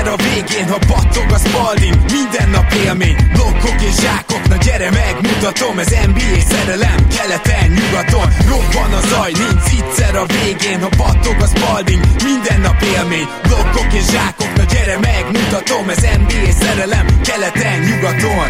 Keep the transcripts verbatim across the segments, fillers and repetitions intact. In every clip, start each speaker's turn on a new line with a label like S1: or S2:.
S1: Egyszer a végén, ha battog a Spalding, minden nap élmény, blokkok és zsákok, na gyere megmutatom, ez en bé á szerelem, keleten, nyugaton, robban a zaj, nincs egyszer a végén, ha battog a Spalding, minden nap élmény, blokkok és zsákok, na gyere megmutatom, ez en bé á szerelem, keleten, nyugaton.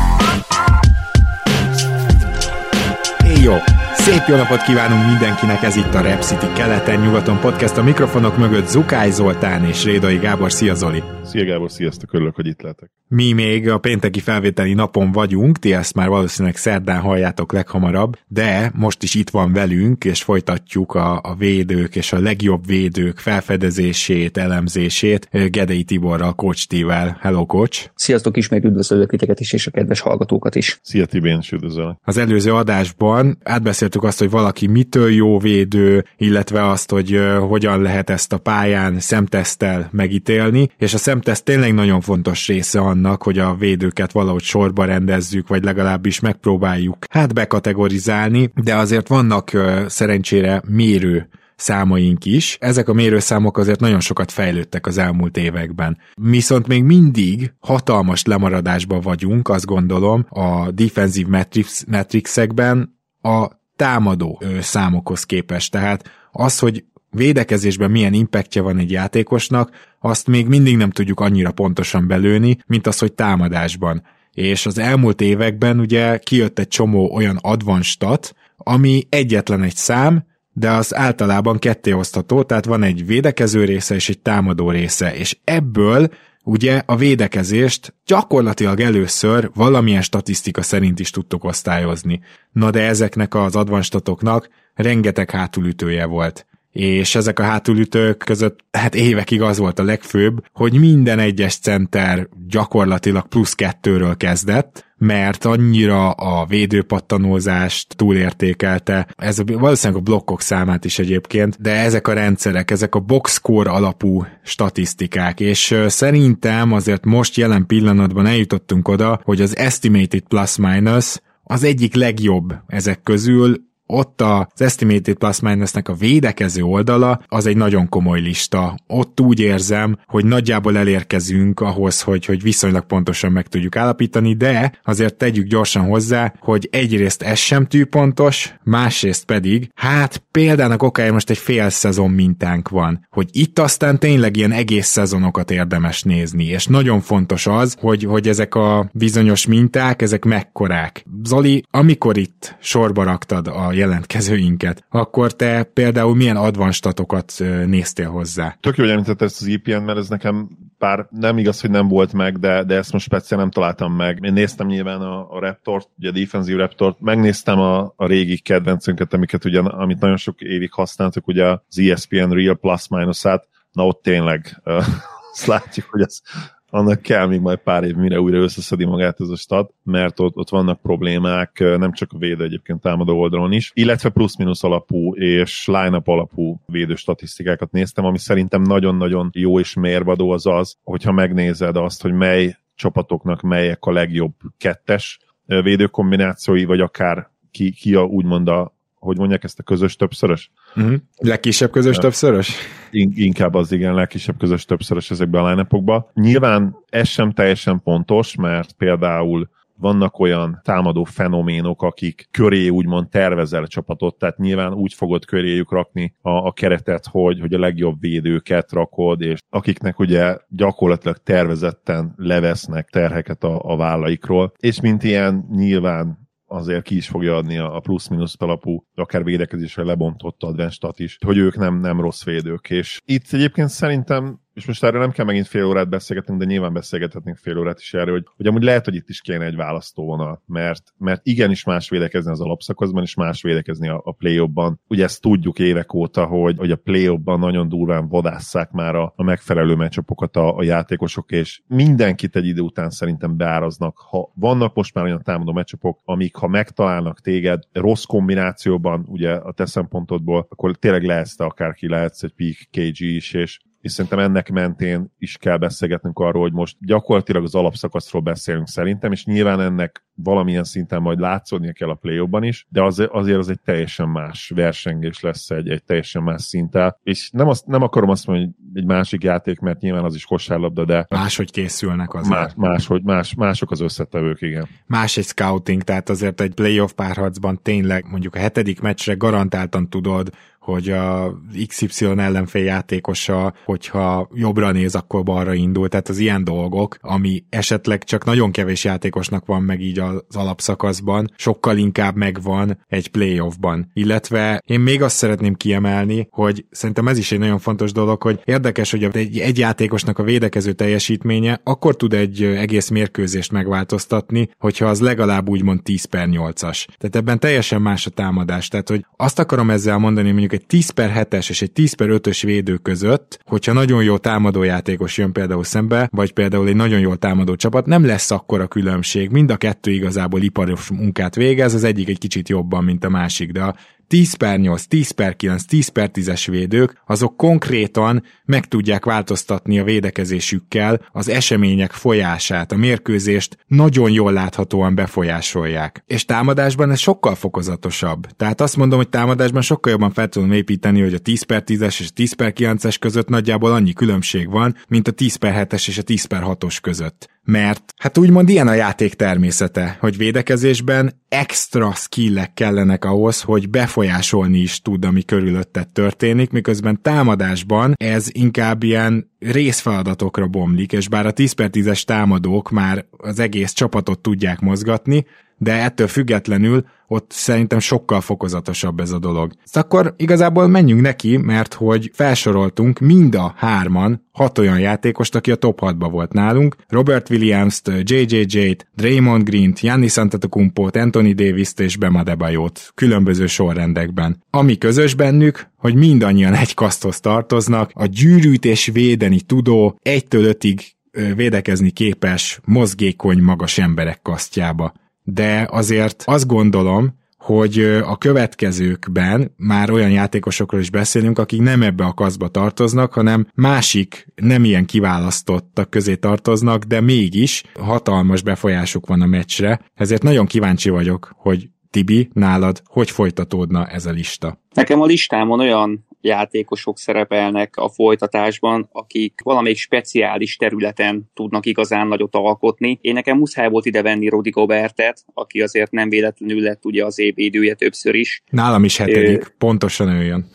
S2: Jó! Szép jó napot kívánunk mindenkinek, ez itt a Rap City keleten-nyugaton podcast, a mikrofonok mögött Zukály Zoltán és Rédai Gábor. Szia Zoli!
S3: Szia Gábor, sziasztok, örülök, hogy itt lehetek.
S2: Mi még a pénteki felvételi napon vagyunk, ti ezt már valószínűleg szerdán halljátok leghamarabb, de most is itt van velünk, és folytatjuk a, a védők és a legjobb védők felfedezését, elemzését Gedei Tiborral, Coach T-vel. Hello Coach!
S4: Sziasztok, ismét üdvözlök titeket is, és a kedves hallgatókat is.
S3: Szia Tibi, én is üdvözöllek.
S2: Az előző adásban átbeszéltük azt, hogy valaki mitől jó védő, illetve azt, hogy uh, hogyan lehet ezt a pályán szemteszttel megítélni, és a szemteszt tényleg nagyon fontos része annak, hogy a védőket valahogy sorba rendezzük, vagy legalábbis megpróbáljuk hát bekategorizálni, de azért vannak uh, szerencsére mérő számaink is. Ezek a mérőszámok azért nagyon sokat fejlődtek az elmúlt években. Viszont még mindig hatalmas lemaradásban vagyunk, azt gondolom, a defensive metrics, metricsekben a támadó ö, számokhoz képest. Tehát az, hogy védekezésben milyen impactja van egy játékosnak, azt még mindig nem tudjuk annyira pontosan belőni, mint az, hogy támadásban. És az elmúlt években ugye kijött egy csomó olyan advanced stat, ami egyetlen egy szám, de az általában ketté osztható, tehát van egy védekező része és egy támadó része, és ebből ugye a védekezést gyakorlatilag először valamilyen statisztika szerint is tudtuk osztályozni. Na de ezeknek az advanced statoknak rengeteg hátulütője volt. És ezek a hátulütők között hát évekig az volt a legfőbb, hogy minden egyes center gyakorlatilag plusz kettőről kezdett, mert annyira a védőpattanózást túlértékelte, ez a, valószínűleg a blokkok számát is egyébként, de ezek a rendszerek, ezek a boxscore alapú statisztikák, és szerintem azért most jelen pillanatban eljutottunk oda, hogy az estimated plus-minus az egyik legjobb ezek közül. Ott az Estimated Plus-Minusnek a védekező oldala, az egy nagyon komoly lista. Ott úgy érzem, hogy nagyjából elérkezünk ahhoz, hogy, hogy viszonylag pontosan meg tudjuk állapítani, de azért tegyük gyorsan hozzá, hogy egyrészt ez sem tűpontos, másrészt pedig, hát példának okája most egy fél szezon mintánk van, hogy itt aztán tényleg ilyen egész szezonokat érdemes nézni, és nagyon fontos az, hogy, hogy ezek a bizonyos minták, ezek mekkorák. Zoli, amikor itt sorba raktad a jelentkezőinket, akkor te például milyen advanced statokat néztél hozzá?
S3: Tök jó, hogy említetted ezt az i pé en, mert ez nekem bár nem igaz, hogy nem volt meg, de, de ezt most speciál nem találtam meg. Én néztem nyilván a, a Raptort, ugye a Defensive Raptort, megnéztem a, a régi kedvencünket, amiket ugye, amit nagyon sok évig használtuk, ugye az e es pé en Real Plus Minus-át, na ott tényleg uh, azt látjuk, hogy ez annak kell még majd pár év, mire újra összeszedi magát ez a stat, mert ott, ott vannak problémák, nem csak a védő, egyébként támadó oldalon is, illetve plusz-minusz alapú és line-up alapú védő statisztikákat néztem, ami szerintem nagyon-nagyon jó és mérvadó az az, hogyha megnézed azt, hogy mely csapatoknak melyek a legjobb kettes védőkombinációi, vagy akár ki, ki a, úgymond a, hogy mondják ezt, a közös többszörös?
S2: Uh-huh. Legkisebb közös ja. többszörös?
S3: In- inkább az, igen, legkisebb közös többszörös ezekben a line-upokban. Nyilván ez sem teljesen pontos, mert például vannak olyan támadó fenoménok, akik köré úgymond tervezel a csapatot, tehát nyilván úgy fogod köréjük rakni a, a keretet, hogy, hogy a legjobb védőket rakod, és akiknek ugye gyakorlatilag tervezetten levesznek terheket a, a vállaikról, és mint ilyen nyilván azért ki is fogja adni a plusz-minusz alapú, akár védekezésre lebontott advanced is, hogy ők nem, nem rossz védők. És itt egyébként szerintem, és most erről nem kell megint fél órát beszélgetnünk, de nyilván beszélgethetnénk fél órát is erről, hogy, hogy amúgy lehet, hogy itt is kéne egy választóvonal, mert, mert igenis más védekezni az alapszakaszban, és más védekezni a, a play-offban. Ugye ezt tudjuk évek óta, hogy, hogy a play-offban nagyon durván vadásszák már a, a megfelelő meccsapokat a, a játékosok, és mindenkit egy idő után szerintem beáraznak. Ha vannak most már olyan támadó meccsapok, amik ha megtalálnak téged rossz kombinációban, ugye a te szempontodból, akkor tényleg lehetsz te akárki, lehetsz egy peak ká gé is, és és szerintem ennek mentén is kell beszélgetnünk arról, hogy most gyakorlatilag az alapszakaszról beszélünk szerintem, és nyilván ennek valamilyen szinten majd látszódnia kell a play-offban is, de az, azért az egy teljesen más versengés lesz egy, egy teljesen más szinttel, és nem, azt, nem akarom azt mondani, hogy egy másik játék, mert nyilván az is kosárlabda, de
S2: máshogy készülnek azért.
S3: Más, máshogy, más, mások az összetevők, igen.
S2: Más egy scouting, tehát azért egy playoff párharcban tényleg mondjuk a hetedik meccsre garantáltan tudod, hogy a iksz ipszilon ellenfél játékosa, hogyha jobbra néz, akkor balra indul, tehát az ilyen dolgok, ami esetleg csak nagyon kevés játékosnak van meg így az alapszakaszban, sokkal inkább megvan egy playoffban. Illetve én még azt szeretném kiemelni, hogy szerintem ez is egy nagyon fontos dolog, hogy érdekes, hogy egy, egy játékosnak a védekező teljesítménye akkor tud egy egész mérkőzést megváltoztatni, hogyha az legalább úgymond tíz per nyolcas. Tehát ebben teljesen más a támadás. Tehát, hogy azt akarom ezzel mondani, mondjuk egy tíz per hetes és egy tíz per ötös védő között, hogyha nagyon jó támadójátékos jön például szembe, vagy például egy nagyon jól támadó csapat, nem lesz akkora különbség. Mind a kettő igazából iparos munkát végez, az egyik egy kicsit jobban, mint a másik, de a tíz per nyolc, tíz per kilenc, tíz per tízes védők, azok konkrétan meg tudják változtatni a védekezésükkel az események folyását, a mérkőzést nagyon jól láthatóan befolyásolják. És támadásban ez sokkal fokozatosabb. Tehát azt mondom, hogy támadásban sokkal jobban fel tudom építeni, hogy a tíz per tízes és a tíz per kilences között nagyjából annyi különbség van, mint a tíz per hetes és a tíz per hatos között. Mert hát úgymond ilyen a játék természete, hogy védekezésben extra skillek kellenek ahhoz, hogy befolyásolni is tud, ami körülötted történik, miközben támadásban ez inkább ilyen részfeladatokra bomlik, és bár a tíz per tízes támadók már az egész csapatot tudják mozgatni, de ettől függetlenül ott szerintem sokkal fokozatosabb ez a dolog. Szóval akkor igazából menjünk neki, mert hogy felsoroltunk mind a hárman hat olyan játékost, aki a top hatba volt nálunk, Robert Williams-t, jé jé jé-t, Draymond Green-t, Giannis Antetokounmpót, Anthony Davis-t és Bam Adebayót különböző sorrendekben. Ami közös bennük, hogy mindannyian egy kaszthoz tartoznak, a gyűrűt és védeni tudó, egytől ötig védekezni képes, mozgékony, magas emberek kasztjába. De azért azt gondolom, hogy a következőkben már olyan játékosokról is beszélünk, akik nem ebbe a kaszba tartoznak, hanem másik nem ilyen kiválasztottak közé tartoznak, de mégis hatalmas befolyásuk van a meccsre. Ezért nagyon kíváncsi vagyok, hogy Tibi, nálad hogy folytatódna ez a lista?
S4: Nekem a listámon olyan játékosok szerepelnek a folytatásban, akik valamelyik speciális területen tudnak igazán nagyot alkotni. Én nekem muszáj volt ide venni Rudy Gobertet, aki azért nem véletlenül lett ugye az év védője többször is.
S2: Nálam is hetedik, Ö... pontosan ő jön.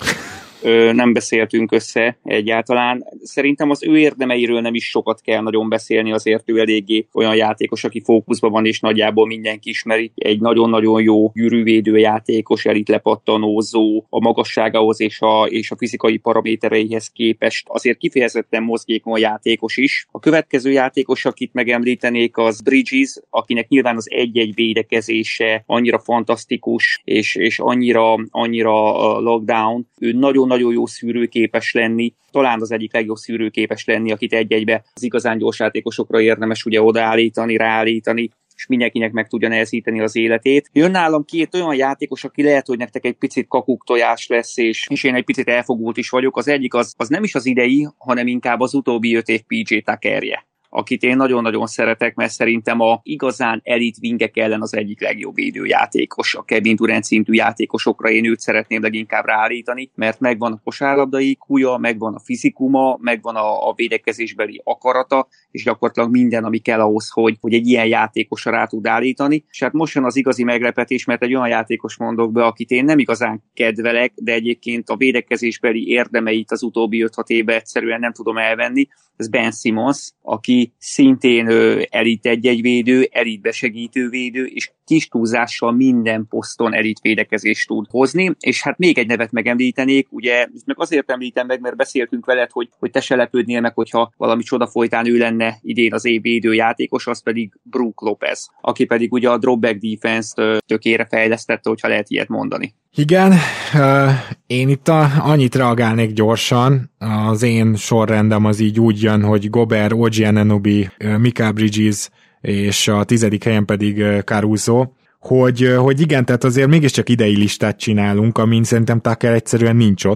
S4: nem beszéltünk össze egyáltalán. Szerintem az ő érdemeiről nem is sokat kell nagyon beszélni, azért ő eléggé olyan játékos, aki fókuszban van, és nagyjából mindenki ismeri. Egy nagyon-nagyon jó gyűrűvédő játékos, elit lepattanózó, a magasságához és a, és a fizikai paramétereihez képest azért kifejezetten mozgékony játékos is. A következő játékos, akit megemlítenék, az Bridges, akinek nyilván az egy-egy védekezése annyira fantasztikus, és, és annyira, annyira lockdown. Ő nagyon nagyon jó szűrőképes lenni, talán az egyik legjobb szűrőképes lenni, akit egy-egybe az igazán gyors játékosokra érdemes ugye odaállítani, ráállítani, és mindenkinek meg tudja nehezíteni az életét. Jön nálam két olyan játékos, aki lehet, hogy nektek egy picit kakuktojás lesz, és, és én egy picit elfogult is vagyok. Az egyik az, az nem is az idei, hanem inkább az utóbbi öt év pé jé Tuckerje, akit én nagyon-nagyon szeretek, mert szerintem a igazán elit wingek ellen az egyik legjobb védőjátékos. A Kevin Durant szintű játékosokra én őt szeretném leginkább ráállítani, mert megvan a kosárlabdai í kúja, megvan a fizikuma, megvan a, a védekezésbeli akarata, és gyakorlatilag minden, ami kell ahhoz, hogy, hogy egy ilyen játékosra rá tud állítani. És hát most jön az igazi meglepetés, mert egy olyan játékos mondok be, akit én nem igazán kedvelek, de egyébként a védekezésbeli érdemeit az utóbbi öt-hat évben egyszerűen nem tudom elvenni. Ez Ben Simmons, aki szintén ö, elit egy-egy védő, elit besegítő védő, és kis túlzással minden poszton elit védekezést tud hozni, és hát még egy nevet megemlítenék, ugye, meg azért említem meg, mert beszéltünk veled, hogy, hogy te se lepődnél meg, hogyha valami csoda folytán ő lenne idén az év védő játékos, az pedig Brook Lopez, aki pedig ugye a dropback defense-t tökére fejlesztette, hogyha lehet ilyet mondani.
S2: Igen, én itt a, annyit reagálnék gyorsan, az én sorrendem az így úgy jön, hogy Gobert, o gé Anunoby, Mikal Bridges, és a tizedik helyen pedig Caruso, hogy, hogy igen, tehát azért mégiscsak idei listát csinálunk, amin szerintem Tucker egyszerűen nincs ott,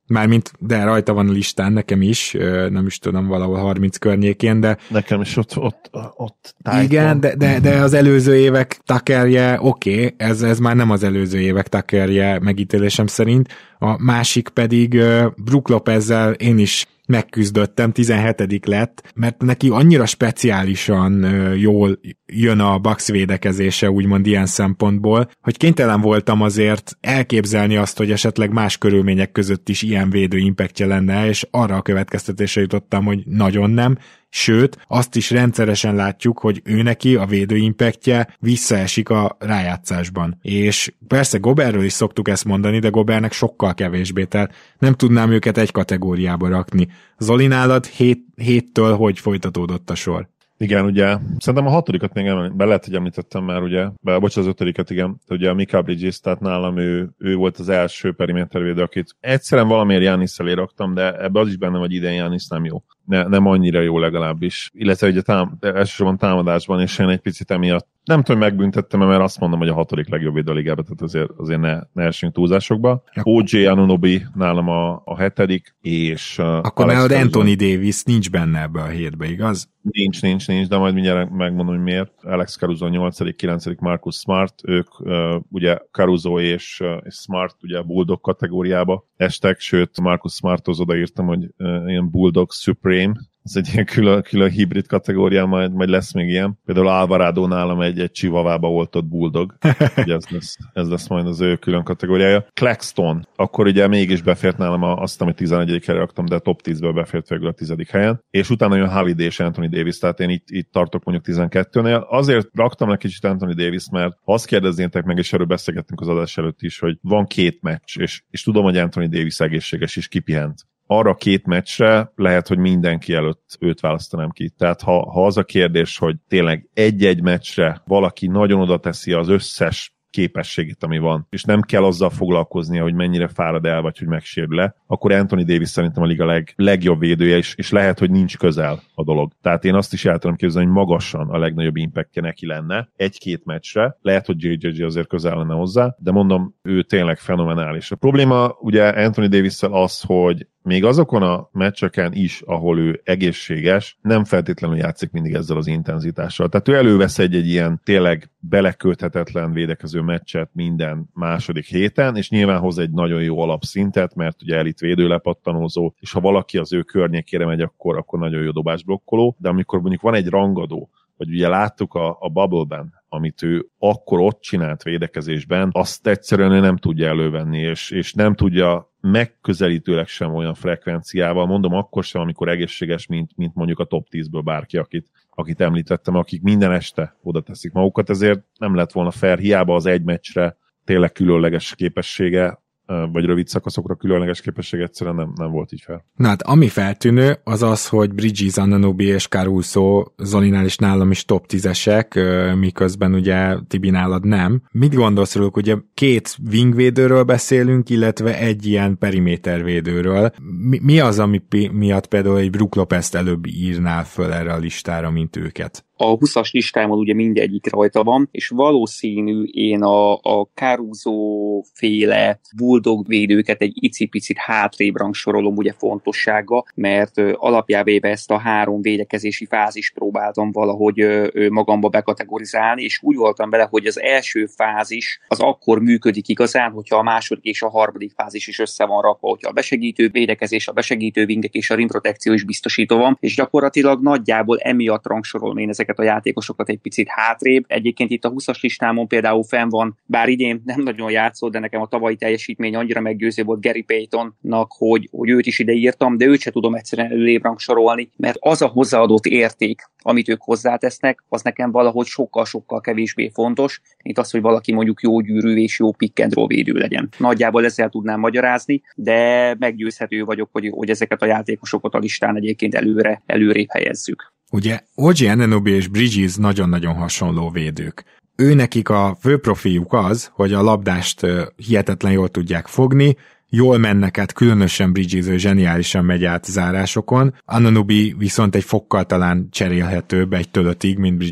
S2: Mármint, de rajta van a listán, nekem is, nem is tudom, valahol harminc környékén, de...
S3: Nekem is ott, ott, ott
S2: igen, de, de, de az előző évek Tuckerje, oké, okay, ez, ez már nem az előző évek Tuckerje megítélésem szerint, a másik pedig Brook Lopezzel én is megküzdöttem, tizenhetedik lett, mert neki annyira speciálisan jól jön a Bucks védekezése, úgymond ilyen szempontból, hogy kénytelen voltam azért elképzelni azt, hogy esetleg más körülmények között is ilyen védő impactja lenne, és arra a következtetésre jutottam, hogy nagyon nem, sőt, azt is rendszeresen látjuk, hogy ő neki a védő impactje visszaesik a rájátszásban. És persze Gobertről is szoktuk ezt mondani, de Gobertnek sokkal kevésbé, tehát nem tudnám őket egy kategóriába rakni. Zoli, nálad hét, héttől hogy folytatódott a sor?
S3: Igen, ugye, szerintem a hatodikat még emel, be lehet, hogy említettem már, ugye, be, bocs, az ötödiket, igen, ugye a Mikal Bridges, tehát nálam ő, ő volt az első perimétervédő, akit egyszerűen valamiért Giannis elé raktam, de ebbe az is benne, hogy idén Giannis nem jó. Ne, nem annyira jó legalábbis. Illetve ugye tám, elsősorban támadásban, és én egy picit emiatt nem tudom, megbüntettem, mert azt mondom, hogy a hatodik legjobb védő a ligában, tehát azért, azért ne, ne essünk túlzásokba. o jé Anunoby nálam a, a hetedik, és...
S2: Akkor nálad Anthony Davis nincs benne ebbe a hétbe, igaz?
S3: Nincs, nincs, nincs, de majd mindjárt megmondom, hogy miért. Alex Caruso nyolcadik, kilencedik Marcus Smart, ők uh, ugye Caruso és, uh, és Smart ugye a Bulldog kategóriába estek, sőt Marcus Smarthoz odaírtam, hogy uh, ilyen Bulldog Supreme, ez egy ilyen külön, külön hibrid kategória, majd, majd lesz még ilyen. Például Alvarado nálam egy, egy csivavába oltott bulldog. Ugye ez lesz, ez lesz majd az ő külön kategóriája. Claxton, akkor ugye mégis befért nálam a, azt, amit tizenegyedik helyre raktam, de a top tízből befért végül a tizedik helyen. És utána jön Holiday és Anthony Davis, tehát én itt, itt tartok mondjuk tizenkettőnél. Azért raktam le kicsit Anthony Davis, mert azt kérdezzétek meg, és erről beszélgettünk az adás előtt is, hogy van két meccs, és, és tudom, hogy Anthony Davis egészséges és kipihent. Arra két meccsre lehet, hogy mindenki előtt őt választanám ki. Tehát ha, ha az a kérdés, hogy tényleg egy-egy meccsre valaki nagyon oda teszi az összes képességét, ami van, és nem kell azzal foglalkoznia, hogy mennyire fárad el, vagy hogy megsérül le, akkor Anthony Davis szerintem a liga leg, legjobb védője, és, és lehet, hogy nincs közel a dolog. Tehát én azt is el tudom képzelni, hogy magasan a legnagyobb impactja neki lenne egy-két meccsre. Lehet, hogy jé jé gé azért közel lenne hozzá, de mondom, ő tényleg fenomenális. A probléma ugye Anthony Davis-szel az, hogy még azokon a meccseken is, ahol ő egészséges, nem feltétlenül játszik mindig ezzel az intenzitással. Tehát ő elővesz egy-egy ilyen tényleg beleköthetetlen védekező meccset minden második héten, és nyilván hoz egy nagyon jó alapszintet, mert ugye elit védő lepattanózó, és ha valaki az ő környékére megy, akkor, akkor nagyon jó dobásblokkoló, de amikor mondjuk van egy rangadó, vagy ugye láttuk a, a Bubble-ben, amit ő akkor ott csinált védekezésben, azt egyszerűen ő nem tudja elővenni, és, és nem tudja megközelítőleg sem olyan frekvenciával, mondom akkor sem, amikor egészséges, mint, mint mondjuk a top tízből bárki, akit, akit említettem, akik minden este oda teszik magukat, ezért nem lett volna fair, hiába az egy meccsre tényleg különleges képessége, vagy rövid szakaszokra különleges képesség egyszerűen nem, nem volt így fel.
S2: Na hát, ami feltűnő, az az, hogy Bridges, Anunoby és Caruso Zolinál is nálam is top tízesek, miközben ugye Tibi nálad nem. Mit gondolsz róluk? Ugye két wingvédőről beszélünk, illetve egy ilyen perimétervédőről. Mi, mi az, ami miatt például egy Brook Lopez-t előbb írnál föl erre a listára, mint őket?
S4: A huszas listámon ugye mindegyik rajta van, és valószínű én a, a Caruso féle bulldog védőket egy icipicit hátrébb rangsorolom ugye fontossága, mert ö, alapjában ezt a három védekezési fázist próbáltam valahogy ö, ö, magamba bekategorizálni, és úgy voltam bele, hogy az első fázis az akkor működik igazán, hogyha a második és a harmadik fázis is össze van rakva, hogyha a besegítő védekezés, a besegítő wingek és a rim protekció is biztosítva van, és gyakorlatilag nagyjából emiatt rangsorolom én ezeket a játékosokat egy picit hátrébb. Egyébként itt a huszas listámon például fenn van, bár idén nem nagyon játszott, de nekem a tavalyi teljesítmény annyira meggyőző volt Gary Paytonnak, hogy, hogy őt is ide írtam, de őt se tudom egyszerűen előrébb rangsorolni, mert az a hozzáadott érték, amit ők hozzátesznek, az nekem valahogy sokkal-sokkal kevésbé fontos, mint az, hogy valaki mondjuk jó gyűrű és jó pick and roll védő legyen. Nagyjából ezzel tudnám magyarázni, de meggyőzhető vagyok, hogy, hogy ezeket a játékosokat a listán egyébként előre, előrébb helyezzük.
S2: Ugye o gé Anunoby és Bridges nagyon-nagyon hasonló védők. Ő nekik a fő profiuk az, hogy a labdást hihetetlen jól tudják fogni, jól mennek át, különösen Bridges, ő zseniálisan megy át zárásokon. Anunoby viszont egy fokkal talán cserélhetőbb egy tölötig, mint Bridges,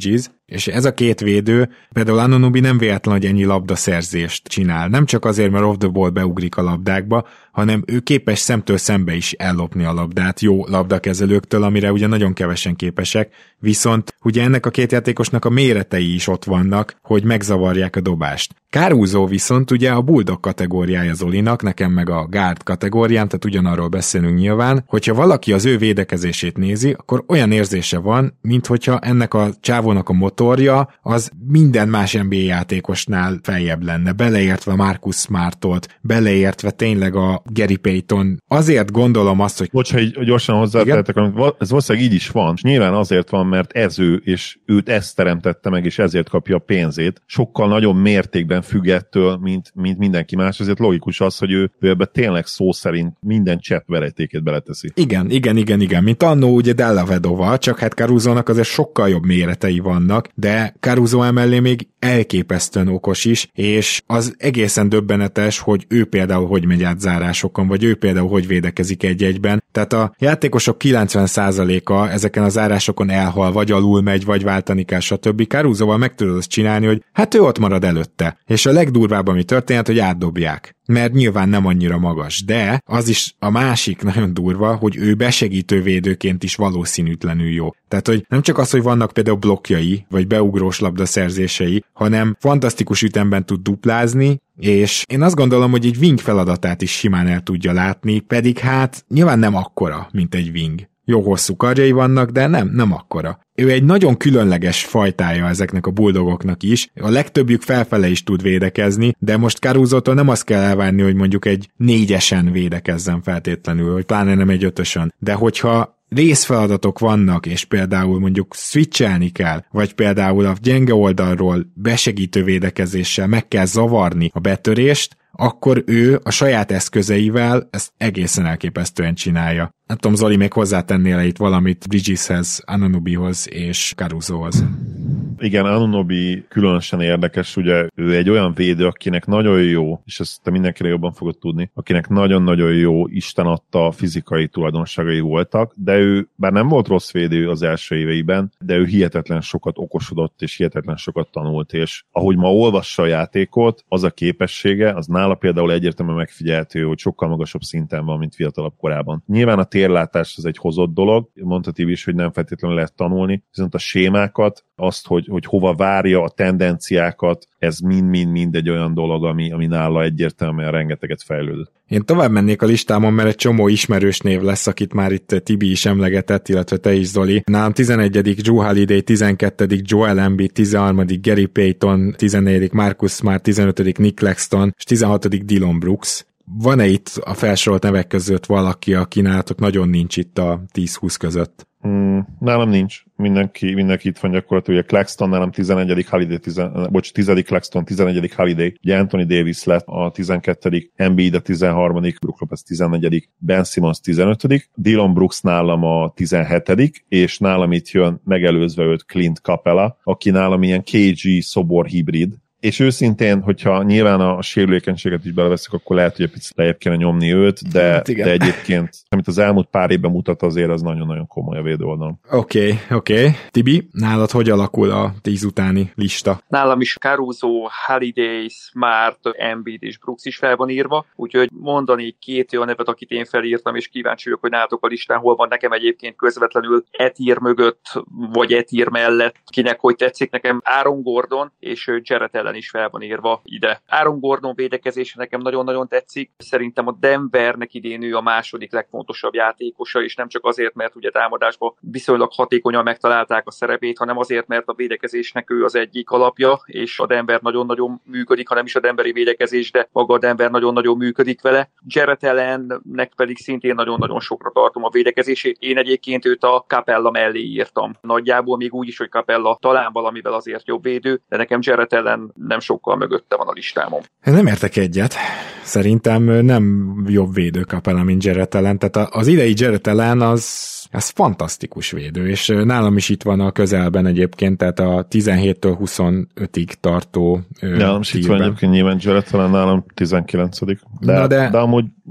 S2: És ez a két védő, például Anunoby nem véletlen, hogy ennyi labdaszerzést csinál. Nem csak azért, mert off the ball beugrik a labdákba, hanem ő képes szemtől szembe is ellopni a labdát jó labdakezelőktől, amire ugye nagyon kevesen képesek, viszont ugye ennek a két játékosnak a méretei is ott vannak, hogy megzavarják a dobást. Caruso viszont ugye a bulldog kategóriája Zolinak, nekem meg a guard kategóriám, tehát ugyanarról beszélünk nyilván, hogyha valaki az ő védekezését nézi, akkor olyan érzése van, minthogyha ennek a csávónak a motorja az minden más en bé á játékosnál feljebb lenne, beleértve Marcus Smartot, beleértve tényleg a Gary Payton. Azért gondolom azt, hogy...
S3: Bocs, ha így gyorsan hozzátehetek, ez valószínűleg így is van, és nyilván azért van, mert ez ő, és őt ezt teremtette meg, és ezért kapja a pénzét. Sokkal nagyobb mértékben függ ettől, mint, mint mindenki más, ezért logikus az, hogy ő, ő ebbe tényleg szó szerint minden csepp verejtékét beleteszi.
S2: Igen, igen, igen, igen, mint annó ugye Della Vedova, csak hát Carusónak azért sokkal jobb méretei vannak, de Caruso emellé még elképesztően okos is, és az egészen döbbenetes, hogy ő például hogy megy át zárásokon, vagy ő például hogy védekezik egy-egyben. Tehát a játékosok kilencven százaléka ezeken a zárásokon elhal, vagy alul megy, vagy váltani kell, stb. Carusóval meg tudod azt csinálni, hogy hát ő ott marad előtte. És a legdurvább, ami történt, hogy átdobják. Mert nyilván nem annyira magas, de az is a másik nagyon durva, hogy ő besegítő védőként is valószínűtlenül jó. Tehát, hogy nem csak az, hogy vannak például blokkjai, vagy beugrós labdaszerzései, hanem fantasztikus ütemben tud duplázni, és én azt gondolom, hogy egy wing feladatát is simán el tudja látni, pedig hát nyilván nem akkora, mint egy wing. Jó hosszú karjai vannak, de nem, nem akkora. Ő egy nagyon különleges fajtája ezeknek a bulldogoknak is. A legtöbbjük felfele is tud védekezni, de most Carusótól nem azt kell elvárni, hogy mondjuk egy négyesen védekezzen feltétlenül, hogy pláne nem egy ötösön. De hogyha részfeladatok vannak, és például mondjuk switchelni kell, vagy például a gyenge oldalról besegítő védekezéssel meg kell zavarni a betörést, akkor ő a saját eszközeivel ezt egészen elképesztően csinálja. Nem tudom, Zoli, még hozzátennél itt valamit Bridgeshez, Anunobyhoz és Carusóhoz.
S3: Igen, Anunoby különösen érdekes, ugye ő egy olyan védő, akinek nagyon jó, és ezt te mindenkire jobban fogod tudni, akinek nagyon-nagyon jó, Isten adta fizikai tulajdonságai voltak, de ő, bár nem volt rossz védő az első éveiben, de ő hihetetlen sokat okosodott, és hihetetlen sokat tanult, és ahogy ma olvassa a játékot, az a képessége, az nála például egyértelműen megfigyelhető, hogy sokkal magasabb szinten van, mint fiatalabb korában. Nyilván a térlátás az egy hozott dolog, mondta Tibi is, hogy nem feltétlenül lehet tanulni, viszont a sémákat, azt, hogy, hogy hova várja a tendenciákat, ez mind-mind-mind egy olyan dolog, ami, ami nála egyértelműen rengeteget fejlődött.
S2: Én tovább mennék a listámon, mert egy csomó ismerős név lesz, akit már itt Tibi is emlegetett, illetve te is, Zoli. Nálam tizenegyedik Drew Holiday, tizenkettedik Joel Embiid, tizenharmadik Gary Payton, tizennegyedik Marcus Smart, tizenötödik Nick Claxton, és tizenhatodik Dillon Brooks. Van-e itt a felsorolt nevek között valaki, aki nálatok nagyon nincs itt a tíz-húsz között?
S3: Hmm, nálam nincs. Mindenki, mindenki itt van gyakorlatilag. Ugye Claxton nálam tizenegyedik Holiday, tizen, bocs, tizedik Claxton, tizenegyedik Holiday, ugye Anthony Davis lett a tizenkettedik Embiid a tizenharmadik Brook Lopez tizennegyedik Ben Simmons tizenötödik Dillon Brooks nálam a tizenhetedik és nálam itt jön megelőzve őt Clint Capella, aki nálam ilyen ká gé szobor hibrid, és őszintén, hogyha nyilván a sérülékenységet is beleveszek, akkor lehet, hogy egy picit lejjebb kéne nyomni őt, de, hát de egyébként, amit az elmúlt pár évben mutat, azért az nagyon-nagyon komoly a védőoldalon.
S2: Oké, okay, oké. Okay. Tibi, nálad hogy alakul a tíz utáni lista?
S4: Nálam is Caruso, Holiday, Smart, Embiid és Brooks is fel van írva, úgyhogy mondani két olyan nevet, akit én felírtam, és kíváncsi vagyok, hogy nálatok a listán hol van. Nekem egyébként közvetlenül Etír mögött, vagy Etír mellett, kinek hogy tetszik, nekem Aaron Gordon és Jarrett Allen is fel van írva ide. Aaron Gordon védekezése nekem nagyon-nagyon tetszik. Szerintem a Denvernek idén ő a második legfontosabb játékosa, és nem csak azért, mert ugye támadásban viszonylag hatékonyan megtalálták a szerepét, hanem azért, mert a védekezésnek ő az egyik alapja, és a Denver nagyon-nagyon működik, hanem is a denveri védekezés, de maga a Denver nagyon-nagyon működik vele. Jarrett Allennek pedig szintén nagyon-nagyon sokra tartom a védekezését. Én egyébként őt a Capella mellé írtam. Nagyjából még úgy is, hogy Capella talán valamivel azért jobb védő, de nekem Jarrett Allen nem sokkal mögötte van a listámon.
S2: Nem értek egyet. Szerintem nem jobb védő Capella, mint Jarrett Allen. Tehát az idei Jarrett Allen az ez fantasztikus védő, és nálam is itt van a közelben egyébként, tehát a tizenhéttől huszonötig tartó
S3: nálam is itt van egyébként nyilván Jarrett Allen, nálam tizenkilencedik De, de... de amúgy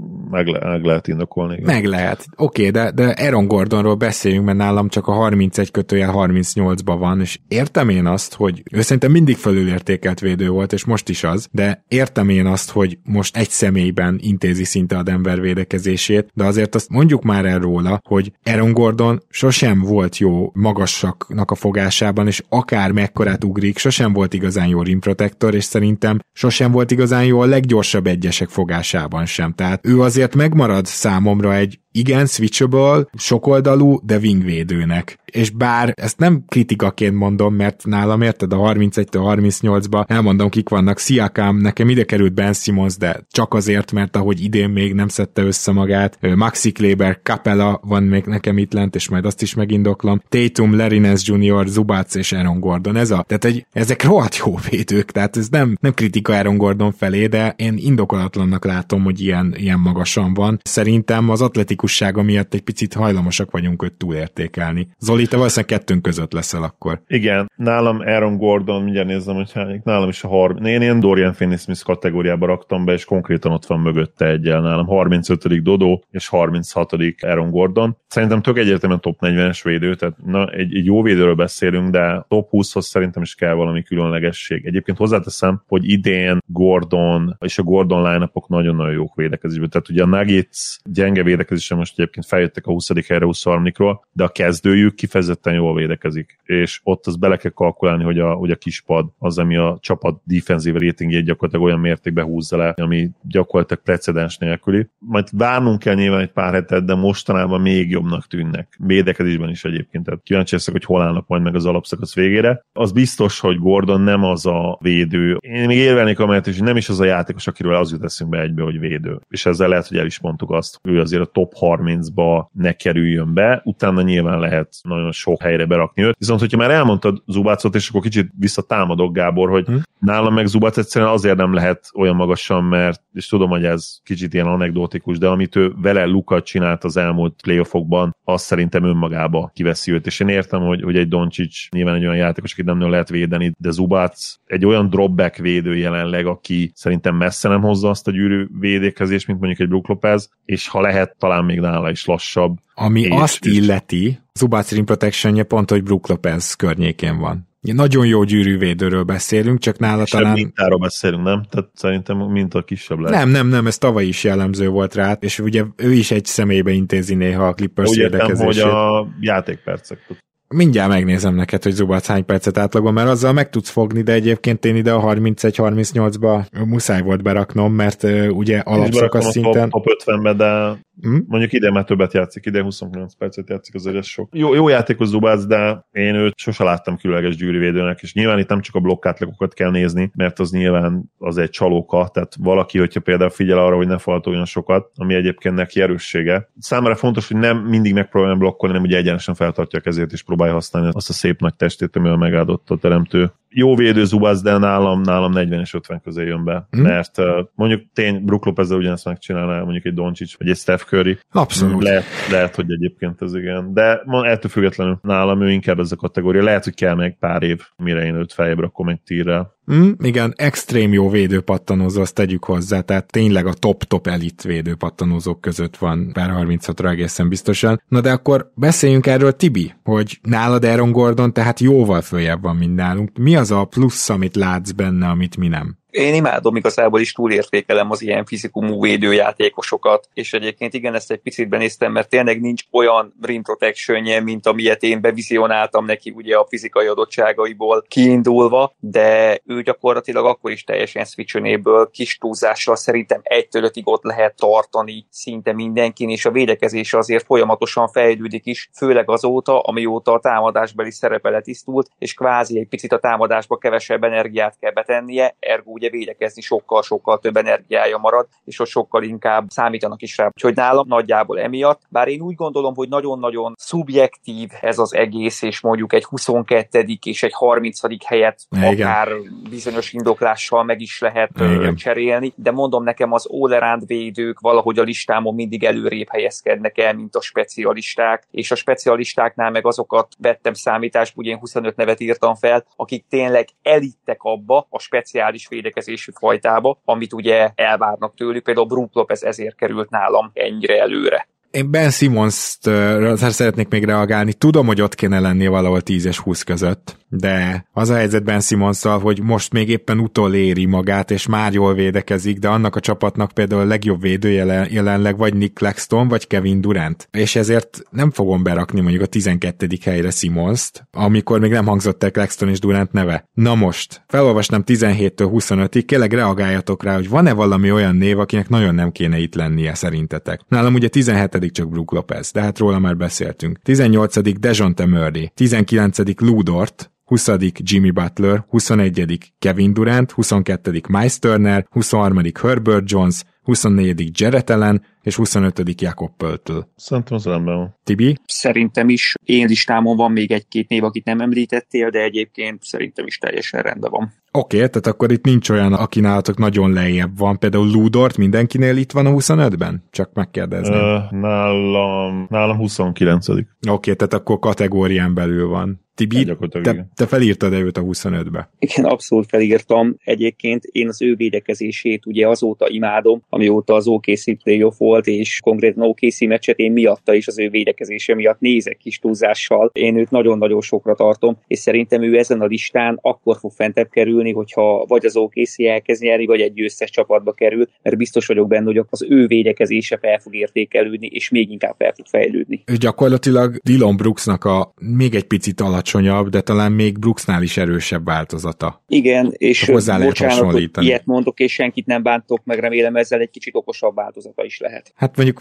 S3: meg, le, meg lehet indokolni. Igen.
S2: Meg lehet. Oké, okay, de, de Aaron Gordonról beszéljünk, mert nálam csak a harmincegy kötőjel harmincnyolcban van, és értem én azt, hogy ő szerintem mindig felülértékelt védő volt, és most is az, de értem én azt, hogy most egy személyben intézi szinte a Denver védekezését, de azért azt mondjuk már el róla, hogy Aaron Gordon sosem volt jó magasaknak a fogásában, és akár mekkorát ugrik, sosem volt igazán jó rim protector, és szerintem sosem volt igazán jó a leggyorsabb egyesek fogásában sem. Tehát ő azért megmarad számomra egy igen, switchable, sokoldalú, de wingvédőnek. És bár ezt nem kritikaként mondom, mert nálam érted a harmincegytől harmincnyolcba, elmondom kik vannak, Siakam, nekem ide került Ben Simmons, de csak azért, mert ahogy idén még nem szedte össze magát, Maxi Kleber, Capella van még nekem itt lent, és majd azt is megindoklom, Tatum, Larry Nance junior, Zubac és Aaron Gordon, ez a, tehát egy, ezek rohadt jó védők, tehát ez nem, nem kritika Aaron Gordon felé, de én indokolatlannak látom, hogy ilyen, ilyen magasan van. Szerintem az atletikussága miatt egy picit hajlamosak vagyunk őt túlértékelni. Zoli, te valószínűleg kettőnk között leszel akkor.
S3: Igen, nálam Aaron Gordon, mindjárt nézem, hogy nálam is a harminc. Én ilyen Dorian Finney-Smith kategóriába raktam be, és konkrétan ott van mögötte egyel nálam. harmincötödik Dodo, és harminchatodik Aaron Gordon. Szerintem tök egyértelműen top negyvenes védő, tehát na, egy, egy jó védőről beszélünk, de top húszhoz szerintem is kell valami különlegesség. Egyébként hozzáteszem, hogy idén Gordon és a Gordon line-upok nagyon-nagyon jók védekezésben. Tehát ugye a Nuggets gyenge védekezésen most egyébként feljöttek a huszadik helyre huszonharmadikról, de a kezdőjük kifejezetten jól védekezik. És ott az bele kell kalkulálni, hogy a, hogy a kispad az, ami a csapat defensív ratingjét gyakorlatilag olyan mértékben húzza le, ami gyakorlatilag precedens nélküli. Majd várnunk kell nyilván egy pár hetet, de mostanában még jobbnak tűnnek. Védekezésben is egyébként. Tehát kíváncsi leszek, hogy hol állnak majd meg az alapszakasz végére. Az biztos, hogy Gordon nem az a védő. Én még érvelnék amelyet, és nem is az a játékos, akiről az jut eszünkbe egybe, hogy védő. És ezzel lehet, hogy el is mondtuk azt, hogy ő azért a top harmincba ne kerüljön be, utána nyilván lehet nagyon sok helyre berakni őt. Viszont, hogyha már elmondtad Zubacot, és akkor kicsit visszatámadok, Gábor, hogy hm? nálam meg Zubac egyszerűen azért nem lehet olyan magasan, mert, és tudom, hogy ez kicsit ilyen anekdotikus, de amit ő vele Luka csinált az elmúlt playoffokban, azt szerintem önmagába kiveszi őt. És én értem, hogy, hogy egy Doncic nyilván egy olyan játékos, akit nem nagyon lehet védeni, de Zubac egy olyan dropback védő jelenleg, aki szerintem messze nem hozza azt a gyűrű védékezést, mint mondjuk egy Brook Lopez, és ha lehet, talán még nála is lassabb.
S2: Ami
S3: és,
S2: azt illeti, Zubac rim protectionje pont, hogy Brook Lopez környékén van. Nagyon jó gyűrűvédőről beszélünk, csak nála
S3: kisebb
S2: talán...
S3: mintáról beszélünk, nem? Tehát szerintem minta kisebb lehet.
S2: Nem, nem, nem, ez tavaly is jellemző volt rá, és ugye ő is egy személybe intézi néha a Clippers érdekezését.
S3: Úgy értem, hogy a játékpercek.
S2: Mindjárt megnézem neked, hogy Zubac hány percet átlagol, mert azzal meg tudsz fogni, de egyébként én ide a harmincegy harmincnyolcba muszáj volt beraknom, mert uh, ugye alapszakasz szinten...
S3: Top, top ötvenbe, de hmm? mondjuk ide már többet játszik, ide huszonkilenc percet játszik, azért ez sok. Jó, jó játékos Zubac, de én őt sose láttam különleges gyűrűvédőnek, és nyilván itt nem csak a blokkátlagokat kell nézni, mert az nyilván az egy csalóka, tehát valaki, hogyha például figyel arra, hogy ne faltoljon sokat, ami egyébként neki erőssége. Számára fontos, hogy nem mindig megpróbálja blokkolni, nem ugye egyenesen feltartja a kezét, és próbálja használni azt a szép nagy testét, amivel megáldott a teremtő. Jó védő Zubac, de nálam, nálam negyven és ötven közé jön be, hmm. mert uh, mondjuk tény, Brook Lopezzel ugyanezt megcsinálná, mondjuk egy Doncic, vagy egy Steph Curry.
S2: Abszolút.
S3: Lehet, lehet, hogy egyébként ez igen. De ettől függetlenül nálam ő inkább ez a kategória. Lehet, hogy kell még pár év, mire én őt feljebb rakom egy tírrel.
S2: Mm, igen, extrém jó védőpattanózó, azt tegyük hozzá, tehát tényleg a top-top elit védőpattanózók között van per harminchatra egészen biztosan. Na de akkor beszéljünk erről, Tibi, hogy nálad Aaron Gordon tehát jóval följebb van, mint nálunk. Mi az a plusz, amit látsz benne, amit mi nem?
S4: Én imádom, igazából is túlértékelem az ilyen fizikumú védőjátékosokat, és egyébként igen, ezt egy picit benéztem, mert tényleg nincs olyan rim protectionje, mint amilyet én bevizionáltam neki ugye a fizikai adottságaiból kiindulva, de ő gyakorlatilag akkor is teljesen switchönéből kis túlzással szerintem egytől ötig ott lehet tartani szinte mindenkin, és a védekezése azért folyamatosan fejlődik is, főleg azóta, amióta a támadásbeli szerepe letisztult, és kvázi egy picit a támadásba kevesebb energiát kell betennie, ergo ugye védekezni sokkal-sokkal több energiája marad, és ott sokkal inkább számítanak is rá. Úgyhogy nálam nagyjából emiatt, bár én úgy gondolom, hogy nagyon-nagyon szubjektív ez az egész, és mondjuk egy huszonkettedik és egy harmincadik helyet igen. akár bizonyos indoklással meg is lehet igen. cserélni, de mondom nekem az all-around védők valahogy a listámon mindig előrébb helyezkednek el, mint a specialisták, és a specialistáknál meg azokat vettem számításba, ugye én huszonöt nevet írtam fel, akik tényleg elittek abba a speciális védekezésben, védekezési fajtába, amit ugye elvárnak tőlük, például Brook Lopez ezért került nálam ennyire előre.
S2: Én Ben Simmons-t szeretnék még reagálni. Tudom, hogy ott kéne lennie valahol tíz és húsz között, de az a helyzet Ben Simmons-szal, hogy most még éppen utoléri magát, és már jól védekezik, de annak a csapatnak például a legjobb védő jelenleg vagy Nick Claxton, vagy Kevin Durant. És ezért nem fogom berakni mondjuk a tizenkettedik helyre Simmons-t, amikor még nem hangzott el Claxton és Durant neve. Na most, felolvasnám tizenhéttől huszonötig, kérlek reagáljatok rá, hogy van-e valami olyan név, akinek nagyon nem kéne itt lennie szerintetek. Nálam ugye tizenhetedik csak Brook Lopez, de hát róla már beszéltünk. tizennyolcadik Dejounte Murray, tizenkilencedik Lu Dort, huszadik Jimmy Butler, huszonegyedik Kevin Durant, huszonkettedik Miles Turner, huszonharmadik Herbert Jones, huszonnegyedik Jarrett Allen, és huszonötödik Jakob Poeltl.
S3: Szerintem az rendben van.
S2: Tibi?
S4: Szerintem is. Én listámon van még egy-két név, akit nem említettél, de egyébként szerintem is teljesen rendben van.
S2: Oké, okay, tehát akkor itt nincs olyan, aki nálatok nagyon lejjebb van. Például Lu Dort mindenkinél itt van a huszonötben? Csak megkérdezném.
S3: Uh, nálam, nálam huszonkilencedik
S2: Oké, okay, tehát akkor kategórián belül van. Tibi, te, te felírtad-e őt a huszonötbe?
S4: Igen, abszolút felírtam. Egyébként én az ő védekezését ugye azóta imádom, amióta az o ká cé playoff volt, és konkrétan o ká cé meccset én miatta is az ő védekezése miatt nézek kis túlzással. Én őt nagyon-nagyon sokra tartom, és szerintem ő ezen a listán akkor fog fentebb kerülni, hogyha vagy az o ká cé elkezd nyerni, vagy egy győztes csapatba kerül, mert biztos vagyok benne, hogy az ő védekezése fel fog értékelődni, és még inkább fel fog fejlődni.
S2: Ő gyakorlatilag Dillon Brooksnak a még egy picit alacsonyabb, de talán még Brooksnál is erősebb változata.
S4: Igen, és
S2: hozzá lehet
S4: bocsánat, hogy ilyet mondok, és senkit nem bántok meg, remélem ezzel egy kicsit okosabb változata is lehet.
S2: Hát mondjuk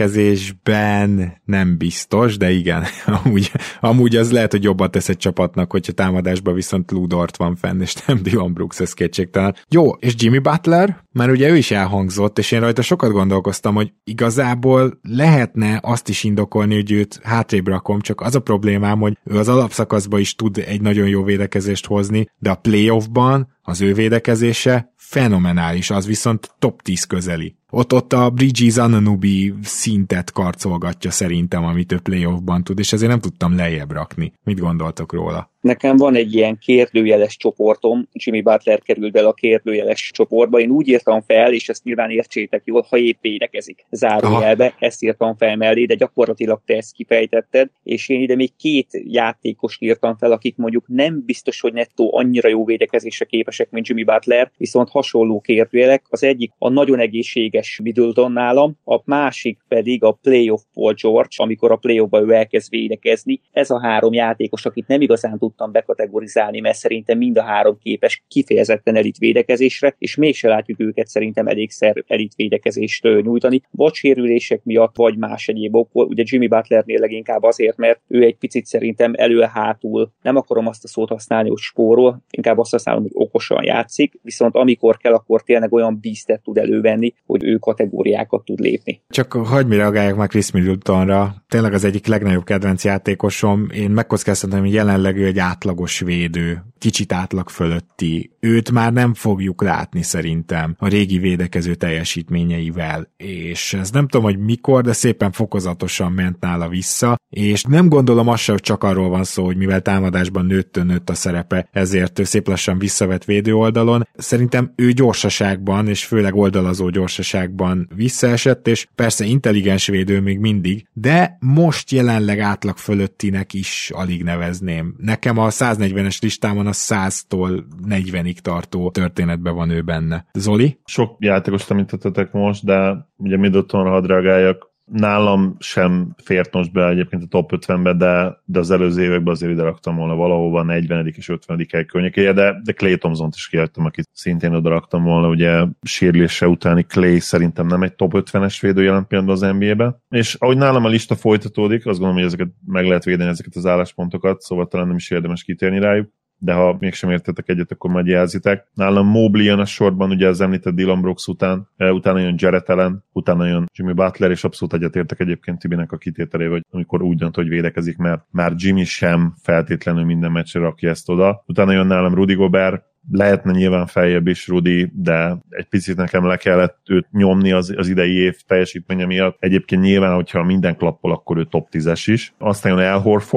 S2: védekezésben nem biztos, de igen, amúgy, amúgy az lehet, hogy jobban tesz egy csapatnak, hogyha támadásban viszont Lu Dort van fenn, és nem Dillon Brooks, ez kétségtelen. Jó, és Jimmy Butler, már ugye ő is elhangzott, és én rajta sokat gondolkoztam, hogy igazából lehetne azt is indokolni, hogy őt hátrébb rakom, csak az a problémám, hogy ő az alapszakaszban is tud egy nagyon jó védekezést hozni, de a playoffban az ő védekezése fenomenális, az viszont top tíz közeli. Ott, ott a Bridges Anunoby szintet karcolgatja szerintem, amit ő playoffban tud, és ezért nem tudtam lejjebb rakni. Mit gondoltok róla?
S4: Nekem van egy ilyen kérdőjeles csoportom, Jimmy Butler került bele a kérdőjeles csoportba, én úgy írtam fel, és ezt nyilván értsétek jól, ha épp védekezik, zárójelbe, Aha. ezt írtam fel mellé, de gyakorlatilag te ezt kifejtetted, és én ide még két játékost írtam fel, akik mondjuk nem biztos, hogy nettó annyira jó védekezésre képesek, mint Jimmy Butler, viszont hasonló kérdőjelek, az egyik a nagyon egészséges Middleton nálam, a másik pedig a playoff Paul George, amikor a playoffba ő elkezd védekezni. Ez a három játékos, akit nem igazán tudtam bekategorizálni, mert szerintem mind a három képes kifejezetten elit védekezésre, és mégse látjuk őket szerintem elégszer elit védekezést nyújtani, vagy sérülések miatt, vagy más egyéb okból. Ugye Jimmy Butlernél leginkább azért, mert ő egy picit szerintem elől-hátul, nem akarom azt a szót használni, hogy spórol, inkább azt használom, hogy okosan játszik, viszont amikor kell, akkor tényleg olyan beastet tud elővenni, hogy ő kategóriákat tud lépni.
S2: Csak hagyd mi reagáljak már Chris Middletonra. Tényleg az egyik legnagyobb kedvenc játékosom. Én megkockáztatom, hogy jelenleg ő egy átlagos védő, kicsit átlag fölötti. Őt már nem fogjuk látni szerintem a régi védekező teljesítményeivel, és ez nem tudom, hogy mikor, de szépen fokozatosan ment nála vissza, és nem gondolom azt sem, hogy csak arról van szó, hogy mivel támadásban nőtt, nőtt a szerepe, ezért ő szép lassan visszavett védő oldalon. Szerintem ő gyorsaságban, és főleg oldalazó gyorsaságban visszaesett, és persze intelligens védő még mindig, de most jelenleg átlag fölöttinek is alig nevezném. Nekem a száznegyvenes listámon a száztól negyvenig tartó történetben van ő benne. Zoli?
S3: Sok játékost említettetek most, de ugye Middletonra hadd reagáljak. Nálam sem fért most be egyébként a top ötvenbe, de, de az előző években azért ide raktam volna valahova negyvenedik és ötvenedik hely környékéje, de, de Klay Thompsont is kihagytam, akit szintén oda raktam volna, ugye sérülése utáni Klay szerintem nem egy top ötvenes védő jelen pillanatban az en bé á-be. És ahogy nálam a lista folytatódik, azt gondolom, hogy ezeket meg lehet védeni, ezeket az álláspontokat, szóval talán nem is érdemes kitérni rájuk, de ha mégsem értetek egyet, akkor majd jelzitek. Nálam Mobley jön a sorban, ugye az említett Dillon Brooks után, utána jön Jarrett Allen, utána jön Jimmy Butler, és abszolút egyetértek egyébként Tibinek a kitételével, hogy amikor úgy dönt, hogy védekezik, mert már Jimmy sem feltétlenül minden meccsre rakja ezt oda. Utána jön nálam Rudy Gobert, lehetne nyilván feljebb is Rudy, de egy picit nekem le kellett őt nyomni az, az idei év teljesítménye miatt. Egyébként nyilván, hogyha minden klappol, akkor ő top tízes is. Aztán jön Al Horford,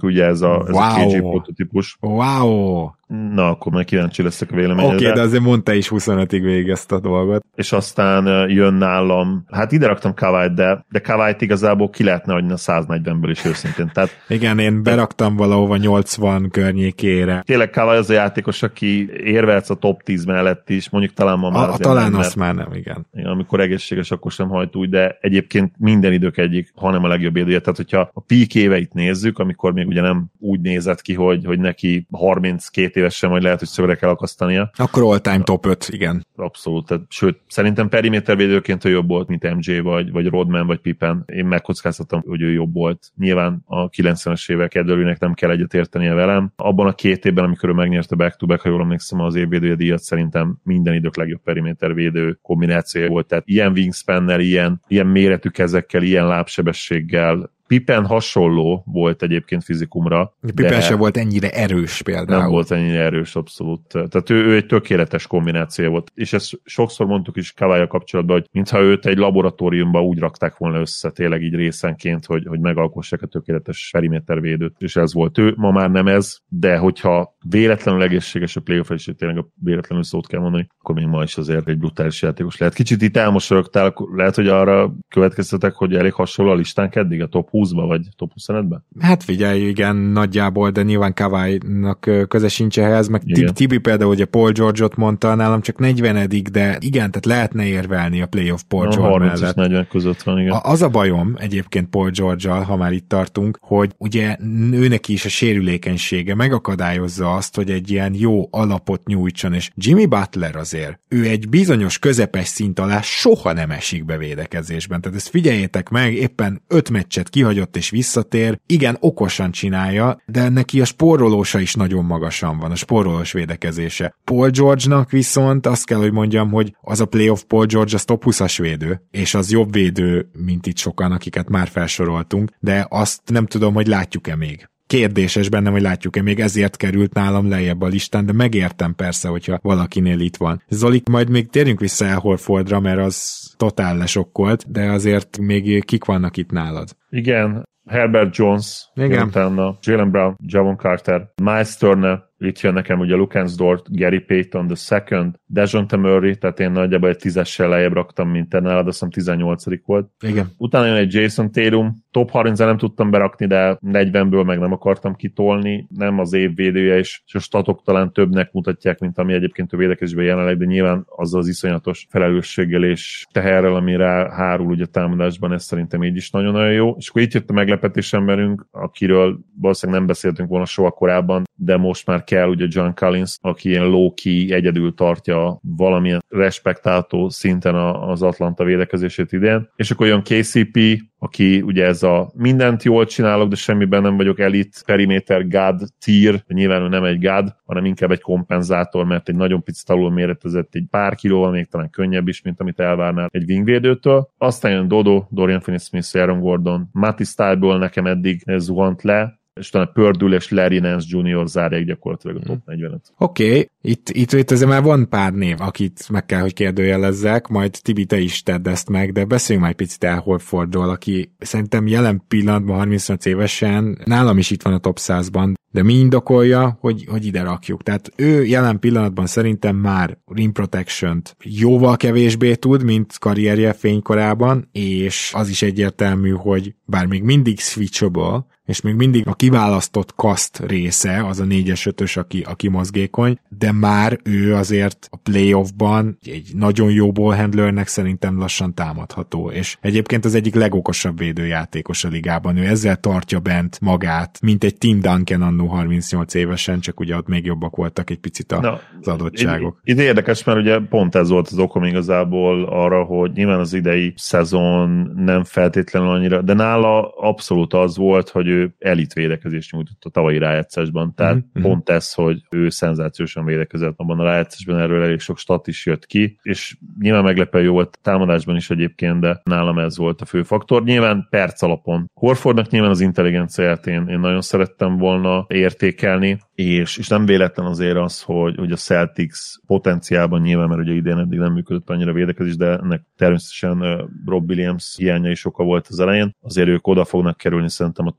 S3: ugye ez a, ez
S2: wow.
S3: a ká gé prototípus.
S2: Wow!
S3: Na, akkor meg kíváncsi leszek a véleményedre.
S2: Oké, okay, de azért mondta is huszonötig végig ezt a dolgot.
S3: És aztán jön nálam, hát ide raktam Kawait, de, de Kawait igazából ki lehetne adni a száznegyvenből is őszintén. Tehát,
S2: igen, én beraktam valahova nyolcvan környékére.
S3: Tényleg Kawai az a játékos, aki érvelsz a top tíz mellett is, mondjuk talán ma már
S2: a, talán nem, azt már nem, igen.
S3: Amikor egészséges, akkor sem hajt úgy, de egyébként minden idők egyik, hanem a legjobb védője. Tehát, hogyha a peak éveit nézzük, amikor még ugye nem úgy nézett ki, hogy, hogy neki harminckét évesen, majd lehet, hogy szövegre kell akasztania.
S2: Akkor all-time top öt, igen.
S3: Abszolút. Tehát, sőt, szerintem perimétervédőként ő jobb volt, mint em jé, vagy, vagy Rodman, vagy Pippen. Én megkockáztattam, hogy ő jobb volt. Nyilván a kilencvenes évek kedvelőnek nem kell egyetértenie velem. Abban a két évben, amikor ő megnyerte back-to-back, ha jól emlékszem, az évvédője díjat, szerintem minden idők legjobb perimétervédő kombinációja volt. Tehát ilyen wingspannel, ilyen, ilyen méretű kezekkel, ilyen lábsebességgel. Pippen hasonló volt egyébként fizikumra.
S2: Pippen se volt ennyire erős például.
S3: Nem volt ennyire erős, abszolút. Tehát ő, ő egy tökéletes kombináció volt. És ezt sokszor mondtuk is Kawai-jal kapcsolatban, hogy mintha őt egy laboratóriumban úgy rakták volna össze, tényleg így részenként, hogy, hogy megalkossák a tökéletes perimétervédőt. És ez volt ő. Ma már nem ez, de hogyha véletlenül egészséges a playoff, és tényleg a véletlenül szót kell mondani, akkor még ma is azért egy brutális játékos lehet. Kicsit itt elmosolyogtál, lehet, hogy arra következtetek, hogy elég hasonló a listánk eddig, a top húszba vagy top huszonötben?
S2: Hát figyelj, igen, nagyjából, de nyilván Kawai-nak köze sincs ehhez, meg Tibi például ugye Paul George-ot mondta, nálam csak negyvenedik, de igen, tehát lehetne érvelni a playoff Paul George
S3: harminc
S2: mellett.
S3: negyven között van, igen.
S2: A, az a bajom egyébként Paul George-al, ha már itt tartunk, hogy ugye őnek is a sérülékenysége megakadályozza azt, hogy egy ilyen jó alapot nyújtson, és Jimmy Butler azért, ő egy bizonyos közepes szint alá soha nem esik be védekezésben, tehát ezt figyeljétek meg, éppen öt meccset kihagyott és visszatér, igen, okosan csinálja, de neki a spórolósa is nagyon magasan van, a spórolós védekezése. Paul George-nak viszont azt kell, hogy mondjam, hogy az a playoff Paul George az top húszas védő, és az jobb védő, mint itt sokan, akiket már felsoroltunk, de azt nem tudom, hogy látjuk-e még. Kérdéses bennem, hogy látjuk-e, még ezért került nálam lejjebb a listán, de megértem persze, hogyha valakinél itt van. Zoli, majd még térjünk vissza El Horfordra, mert az totál lesokkolt, de azért még kik vannak itt nálad?
S3: Igen, Herbert Jones,
S2: igen.
S3: Utána Jaylen Brown, Javon Carter, Miles Turner, itt jön nekem ugye Lukasz Dort, Gary Payton the second, Dejounte Murray, tehát én nagyjából egy tízessel lejjebb raktam, mint te nálad, azt hiszem tizennyolcadik volt.
S2: Igen.
S3: Utána jön egy Jason Tatum, top harmincra nem tudtam berakni, de negyvenből meg nem akartam kitolni, nem az év védője, és a statok talán többnek mutatják, mint ami egyébként a védekezésben jelenleg, de nyilván azzal az iszonyatos felelősséggel és teherrel, ami rá hárul ugye támadásban, ez szerintem így is nagyon-nagyon jó. És akkor itt jött a meglepetés emberünk, akiről valószínűleg nem beszéltünk volna soha korábban, de most már kell ugye John Collins, aki ilyen low-key egyedül tartja valamilyen respektáltó szinten az Atlanta védekezését idén. És akkor jön ká cé pé, aki ugye ez a mindent jól csinálok, de semmiben nem vagyok elit, perimeter god tier, nyilván ő nem egy god, hanem inkább egy kompenzátor, mert egy nagyon picit alul méretezett, egy pár kilóval, még talán könnyebb is, mint amit elvárnál egy wingvédőtől. Aztán jön Dodo, Dorian Finney-Smith, Aaron Gordon, Matty Style-ból nekem eddig zuhant le, és talán Purdue és Larry Nance junior zárják gyakorlatilag a top negyvenet.
S2: Oké, okay. itt, itt, itt azért már van pár név, akit meg kell, hogy kérdőjelezzek, majd Tibi, te is tedd ezt meg, de beszéljünk már egy picit El Horfordról, aki szerintem jelen pillanatban harmincnyolc évesen, nálam is itt van a top százban, de mi indokolja, hogy, hogy ide rakjuk. Tehát ő jelen pillanatban szerintem már rim protection-t jóval kevésbé tud, mint karrierje fénykorában, és az is egyértelmű, hogy bár még mindig switchable, és még mindig a kiválasztott kaszt része, az a négyes ötös, aki, aki mozgékony, de már ő azért a playoffban egy nagyon jó ballhandlernek szerintem lassan támadható, és egyébként az egyik legokosabb védőjátékos a ligában, ő ezzel tartja bent magát, mint egy Tim Duncan annó harmincnyolc évesen, csak ugye ott még jobbak voltak egy picit a, az adottságok.
S3: Itt érdekes, mert ugye pont ez volt az okom igazából arra, hogy nyilván az idei szezon nem feltétlenül annyira, de nála abszolút az volt, hogy ő elit védekezést nyújtott a tavalyi rájátszásban, tehát mm-hmm. pont ez, hogy ő szenzációsan védekezett abban a rájátszásban, erről elég sok stat is jött ki, és nyilván meglepően jó volt támadásban is egyébként, de nálam ez volt a fő faktor. Nyilván perc alapon. Horfordnak nyilván az intelligenciáját én, én nagyon szerettem volna értékelni, és, és nem véletlen azért az, hogy, hogy a Celtics potenciálban nyilván, mert ugye idén eddig nem működött annyira védekezés, de ennek természetesen Rob Williams hiánya is oka volt az elején. Azért ők oda fognak kerülni szerintem a top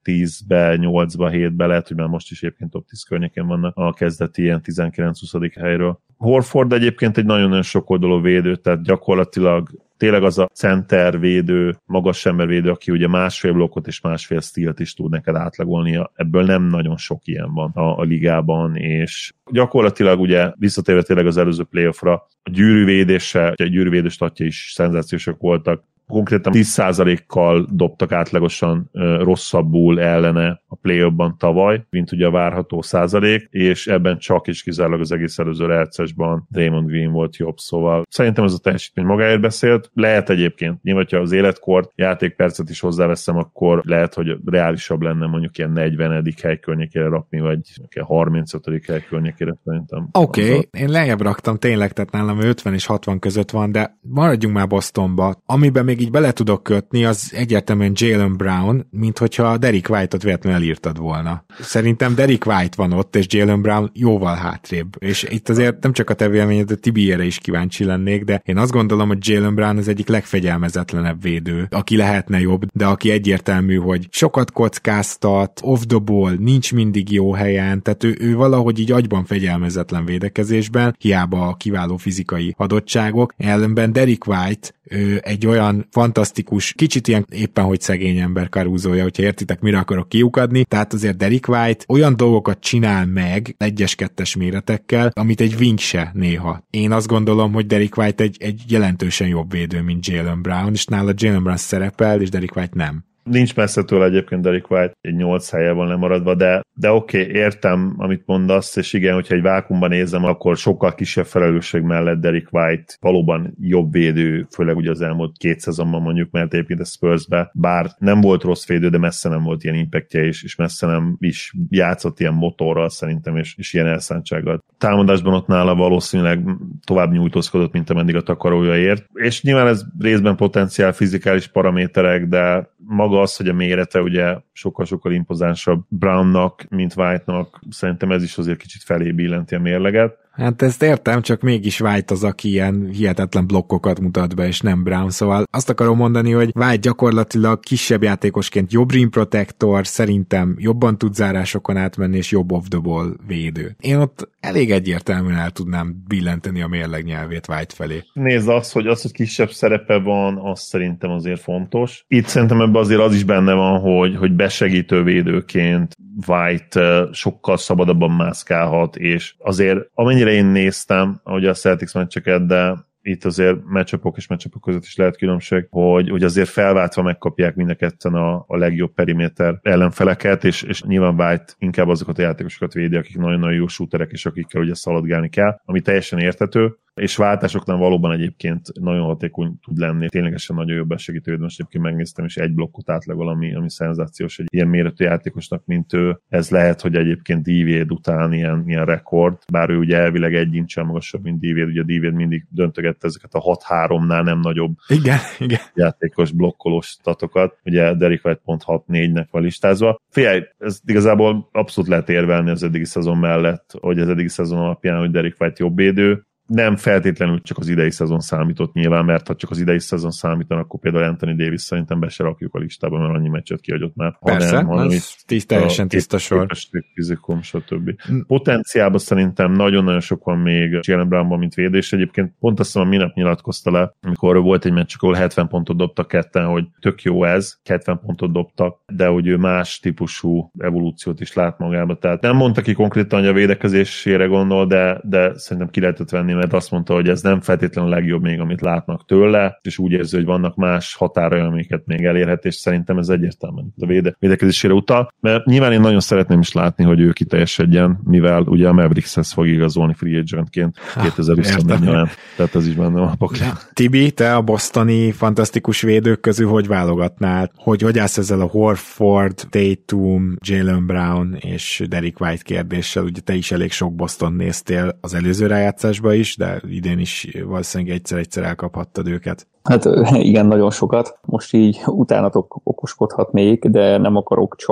S3: tízbe, nyolcba, hétbe, lehet, hogy már most is egyébként top tíz környékén vannak a kezdeti ilyen tizenkilenc-huszadik helyről. Horford egyébként egy nagyon-nagyon sokoldalú védő, tehát gyakorlatilag tényleg az a center védő, magas ember védő, aki ugye másfél blokkot és másfél stílt is tud neked átlagolnia. Ebből nem nagyon sok ilyen van a, a ligában, és gyakorlatilag ugye visszatérve tényleg az előző playoffra, a gyűrűvédése, a gyűrűvédő statja is szenzációsak voltak. Konkrétan tíz százalékkal dobtak átlagosan uh, rosszabbul ellene a play-offban tavaly, mint ugye a várható százalék, és ebben csak is kizárólag az egész előző rájátszásban Draymond Green volt jobb, szóval szerintem ez a teljesítmény magáért beszélt. Lehet egyébként, nyilván, ha az életkort, játékpercet is hozzáveszem, akkor lehet, hogy reálisabb lenne mondjuk ilyen negyvenedik hely környékére rakni, vagy harmincötödik hely környékére szerintem.
S2: Oké, okay. Én lejjebb raktam tényleg, tehát nálam ötven és hatvan között van, de maradjunk már Bostonba. Amiben még így bele tudok kötni, az egyértelműen Jaylen Brown, mint hogyha Derrick White-ot véletlenül elírtad volna. Szerintem Derrick White van ott, és Jaylen Brown jóval hátrébb. És itt azért nem csak a te véleményed, de Tibiére is kíváncsi lennék, de én azt gondolom, hogy Jaylen Brown az egyik legfegyelmezetlenebb védő, aki lehetne jobb, de aki egyértelmű, hogy sokat kockáztat, off the ball, nincs mindig jó helyen, tehát ő, ő valahogy így agyban fegyelmezetlen védekezésben, hiába a kiváló fizikai adottságok, ellenben Derrick White ő egy olyan fantasztikus, kicsit ilyen éppen, hogy szegény ember Carusoja, hogyha értitek, mire akarok kiukadni, tehát azért Derrick White olyan dolgokat csinál meg egyes-kettes méretekkel, amit egy wing se néha. Én azt gondolom, hogy Derrick White egy, egy jelentősen jobb védő, mint Jaylen Brown, és nála Jaylen Brown szerepel, és Derrick White nem.
S3: Nincs messze tőle egyébként Derrick White, egy nyolc helye van lemaradva, de, de oké, okay, értem, amit mondasz, és igen, hogyha egy vákumban nézem, akkor sokkal kisebb felelősség mellett Derrick White valóban jobb védő, főleg ugye az elmúlt két szezonban mondjuk, mert egyébként a Spursbe, bár nem volt rossz védő, de messze nem volt ilyen impactja is, és messze nem is játszott ilyen motorral szerintem, és, és ilyen elszántsággal. Támadásban ott nála valószínűleg tovább nyújtózkodott, mint ameddig a takarója ért, és nyilván ez részben potenciál fizikális paraméterek, de maga az, hogy a mérete ugye sokkal-sokkal impozánsabb Brownnak, mint White-nak, szerintem ez is azért kicsit felé billenti a mérleget.
S2: Hát ezt értem, csak mégis White az, aki ilyen hihetetlen blokkokat mutat be, és nem Brown, szóval azt akarom mondani, hogy White gyakorlatilag kisebb játékosként jobb rim protector, szerintem jobban tud zárásokon átmenni, és jobb off the ball védő. Én ott elég egyértelműen el tudnám billenteni a mérleg nyelvét White felé.
S3: Nézd azt, hogy az, hogy kisebb szerepe van, az szerintem azért fontos. Itt szerintem ebben azért az is benne van, hogy, hogy besegítő védőként White sokkal szabadabban mászkálhat, és azért amennyire én néztem, ahogy a Celtics meccseket, de itt azért matchupok és matchupok között is lehet különbség, hogy, hogy azért felváltva megkapják mind a ketten a, a legjobb periméter ellenfeleket, és, és nyilván White inkább azokat a játékosokat védi, akik nagyon-nagyon jó shooterek, és akikkel ugye szaladgálni kell, ami teljesen érthető, és váltásoknál valóban egyébként nagyon hatékony tud lenni, ténylegesen nagyon jobb besegítő, most egyébként megnéztem, és egy blokkot átlagol, ami, ami szenzációs egy ilyen méretű játékosnak, mint ő. Ez lehet, hogy egyébként D-Wade után ilyen, ilyen rekord, bár ő ugye elvileg egy incsel magasabb, mint D-Wade, ugye D-Wade mindig döntögette ezeket a hat háromnál nem nagyobb
S2: igen, igen.
S3: játékos blokkolós statokat, ugye Derrick White pont hat négynek van listázva. Figyelj, ez igazából abszolút lehet érvelni az eddigi szezon mellett, hogy az eddigi szezon alapján, hogy Derrick White jobb védő. Nem feltétlenül csak az idei szezon számított nyilván, mert ha csak az idei szezon számítanak, akkor például Anthony Davis szerintem be se rakjuk a listába, mert annyi meccset kihagyott már.
S2: Persze, hanem, hanem az tíz, teljesen tiszta sor.
S3: Fizikum, stb. Mm. Potenciálban szerintem nagyon-nagyon sok van még Jaylen Brownban, mint védő, és egyébként pont azt hiszem, minap nyilatkozta le, amikor volt egy meccs, ahol hetven pontot dobtak ketten, hogy tök jó ez, hetven pontot dobtak, de hogy ő más típusú evolúciót is lát magába. Tehát nem mondta ki konkrétan, hogy a védekezésére gondol, de, de szerintem ki lehetett venni, mert azt mondta, hogy ez nem feltétlenül a legjobb még, amit látnak tőle, és úgy érzi, hogy vannak más határai, amiket még elérhet, és szerintem ez egyértelműen a véde, védekezésére utal. Mert nyilván én nagyon szeretném is látni, hogy ő kiteljesedjen, mivel ugye a Maverickshez fog igazolni free agentként kétezer-huszonnégy nyilván, tehát ez is benne a pakliban.
S2: Tibi, te a bostoni fantasztikus védők közül hogy válogatnál? Hogy hogy állsz ezzel a Horford, Tatum, Jaylen Brown és Derrick White kérdéssel? Ugye te is elég sok Boston néztél az előző rájátszásban is, de idén is valószínűleg egyszer-egyszer elkaphattad őket.
S4: Hát igen, nagyon sokat. Most így utánatok okoskodhatnék, de nem akarok csalni.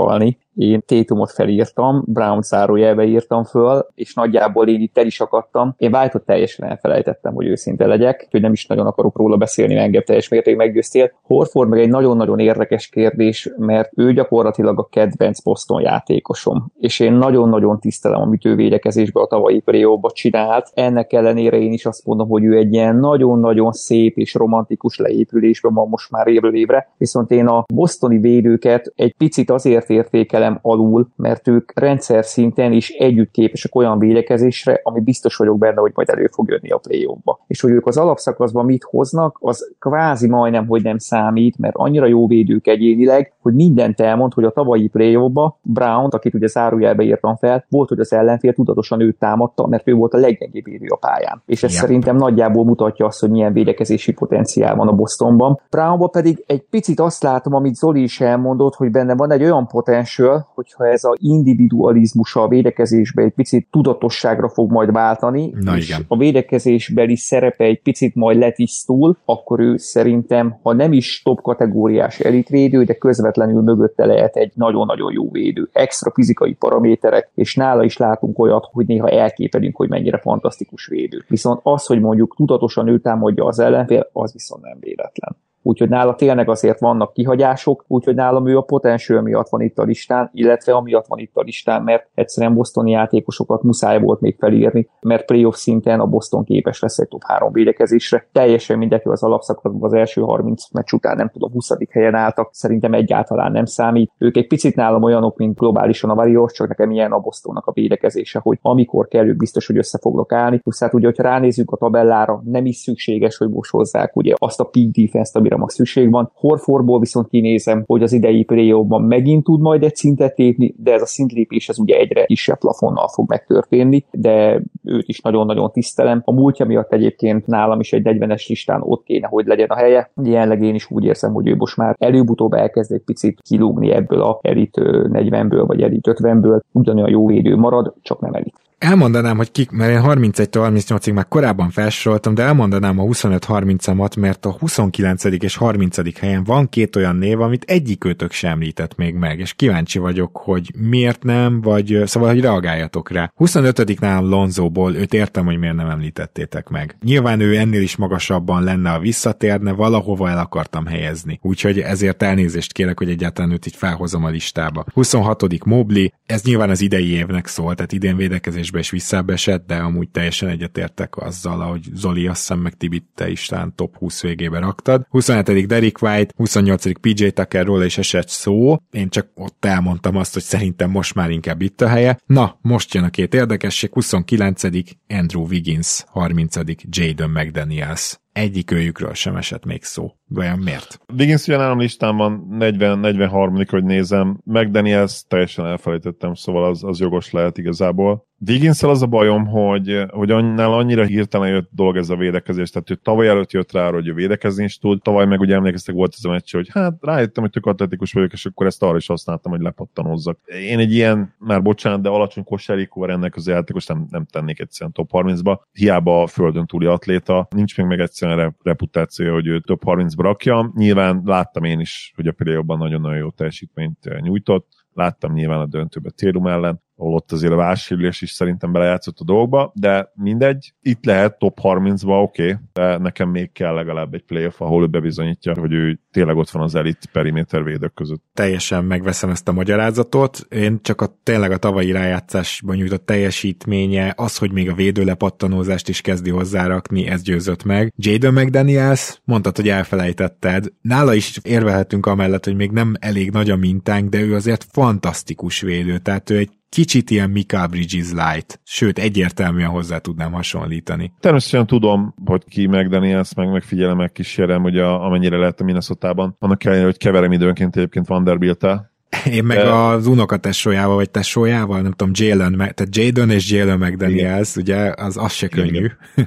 S4: Én Tatumot felírtam, Brown zárójelbe írtam föl, és nagyjából én itt el is akadtam. Én White-ot teljesen elfelejtettem, hogy őszinte legyek, hogy nem is nagyon akarok róla beszélni, mert engem teljes mértékben meggyőztél. Horford meg egy nagyon-nagyon érdekes kérdés, mert ő gyakorlatilag a kedvenc Boston játékosom, és én nagyon-nagyon tisztelem, amit ő védekezésben a tavalyi playoffba csinált. Ennek ellenére én is azt mondom, hogy ő egy ilyen nagyon-nagyon szép és romantikus leépülésben van most már évről évre, viszont én a bostoni védőket egy picit azért értékelem alul, mert ők rendszer szinten is együtt képesek olyan védekezésre, ami biztos vagyok benne, hogy majd elő fog jönni a playoffba. És hogy ők az alapszakaszban mit hoznak, az kvázi majdnem, hogy nem számít, mert annyira jó védők egyénileg, hogy mindent elmond, hogy a tavalyi playoffba Brown-t, akit ugye zárójelbe írtam fel, volt, hogy az ellenfél tudatosan őt támadta, mert ő volt a leggyengébb védő a pályán. És ez yep. szerintem nagyjából mutatja azt, hogy milyen védekezési potenciál van a Bostonban. Brownban pedig egy picit azt látom, amit Zoli is elmondott, hogy benne van egy olyan potential, hogyha ez az individualizmusa a védekezésben egy picit tudatosságra fog majd váltani,
S2: Na,
S4: és
S2: igen.
S4: a védekezésbeli szerepe egy picit majd letisztul, akkor ő szerintem, ha nem is top kategóriás elitvédő, de közvetlenül mögötte lehet egy nagyon-nagyon jó védő. Extra fizikai paraméterek, és nála is látunk olyat, hogy néha elképelünk, hogy mennyire fantasztikus védő. Viszont az, hogy mondjuk tudatosan ő támadja az ellenfél, az viszont nem véletlen. Úgyhogy nála tényleg azért vannak kihagyások, úgyhogy nálam ő a potential miatt van itt a listán, illetve amiatt van itt a listán, mert egyszerűen bostoni játékosokat muszáj volt még felírni, mert playoff szinten a Boston képes lesz egy top három védekezésre. Teljesen mindegy, az alapszakaszban az első harminc meccs után nem tudom, huszadik helyen álltak, szerintem egyáltalán nem számít. Ők egy picit nálam olyanok, mint globálisan a Warriors, csak nekem ilyen a Bostonnak a védekezése, hogy amikor kell, ők biztos, hogy össze fognak állni. Plusz hát ugye, hogyha ránézzünk a tabellára, nem is szükséges, hogy most hozzák ugye azt a peak defense-t, amire ma szükség van. Horfordból viszont kinézem, hogy az idei playoffban megint tud majd egy szintet lépni, de ez a szintlépés ez ugye egyre kisebb plafonnal fog megtörténni, de őt is nagyon-nagyon tisztelem. A múltja miatt egyébként nálam is egy negyvenes listán ott kéne, hogy legyen a helye. Jelenleg én is úgy érzem, hogy ő most már előbb-utóbb elkezd egy picit kilógni ebből a elit negyvenből vagy elit ötvenből. Ugyanolyan jó védő marad, csak nem elit.
S2: Elmondanám, hogy kik, mert én harmincegytől harmincnyolcig már korábban felsoroltam, de elmondanám a huszonöt harmincamat, mert a huszonkilencedik és harmincadik helyen van két olyan név, amit egyikőtök sem említett még meg, és kíváncsi vagyok, hogy miért nem, vagy szóval, hogy reagáljatok rá. huszonötödik nálam Lonzoból, őt értem, hogy miért nem említettétek meg. Nyilván ő ennél is magasabban lenne, ha visszatérne, valahova el akartam helyezni. Úgyhogy ezért elnézést kérek, hogy egyáltalán őt így felhozom a listába. huszonhatodik Mobley, ez nyilván az idei évnek szól, tehát idén védekezés is visszábbesett, de amúgy teljesen egyetértek azzal, ahogy Zoli, azt hiszem, meg Tibi, te is talán top húsz végébe raktad. huszonhetedik Derrick White, huszonnyolcadik pé jé Tucker, róla is esett szó, én csak ott elmondtam azt, hogy szerintem most már inkább itt a helye. Na, most jön a két érdekesség, huszonkilencedik Andrew Wiggins, harmincadik Jaden McDaniels. Egyik őjükről sem esett még szó. Vajon miért?
S3: Wiggins ugye nálam listán van negyven negyvenharmadik hogy nézem. McDaniels teljesen elfelejtettem, szóval az, az jogos lehet igazából. Wiggins-szel az a bajom, hogy, hogy annál annyira hirtelen jött dolog ez a védekezés, tehát ő tavaly előtt jött rá, hogy ő védekezni is tud, tavaly meg ugye emlékeztek volt ez a meccs, hogy hát rájöttem, hogy tök atletikus vagyok, és akkor ezt arra is használtam, hogy lepattanozzak. Én egy ilyen, már bocsánat, de alacsony kosárikóval ennek az játékos nem, nem tennék egyszerűen top harmincba. Hiába a földön túli atléta, nincs még meg egyszerűen reputációja, hogy ő top harmincba rakjam. Nyilván láttam én is, hogy a play-offban nagyon-nagyon jó teljesítményt nyújtott. Láttam nyilván a döntőbe Térum ellen, ahol ott azért a válsérülés is szerintem belejátszott a dolgokba, de mindegy, itt lehet top harmincba, oké, okay, de nekem még kell legalább egy playoff, ahol ő bebizonyítja, hogy ő tényleg ott van az elit periméter védők között.
S2: Teljesen megveszem ezt a magyarázatot, én csak a tényleg a tavalyi rájátszásban nyújtott teljesítménye, az, hogy még a védőlepattanózást is kezdi hozzárakni, ez győzött meg. Jaden McDaniels, mondtad, hogy elfelejtetted, nála is érvelhetünk amellett, hogy még nem elég nagy a mintánk, de ő azért fantasztikus védő, tehát ő egy kicsit ilyen Mikal Bridges light, sőt, egyértelműen hozzá tudnám hasonlítani.
S3: Természetesen tudom, hogy ki McDaniels, meg megfigyelem, megkísérem, hogy a, amennyire lehet a Minnesotában. Annak ellenére, hogy keverem időnként egyébként Vanderbilt-tel.
S2: Én meg de... az unokatesójával, vagy tesójával, nem tudom, Jalen, tehát Jaden és Jalen McDaniels, igen. Ugye, az, az se könnyű.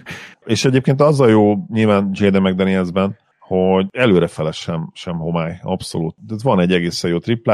S3: És egyébként az a jó, nyilván Jaden McDanielsben, hogy előrefele sem, sem homály, abszolút. De van egy egészen jó triplája,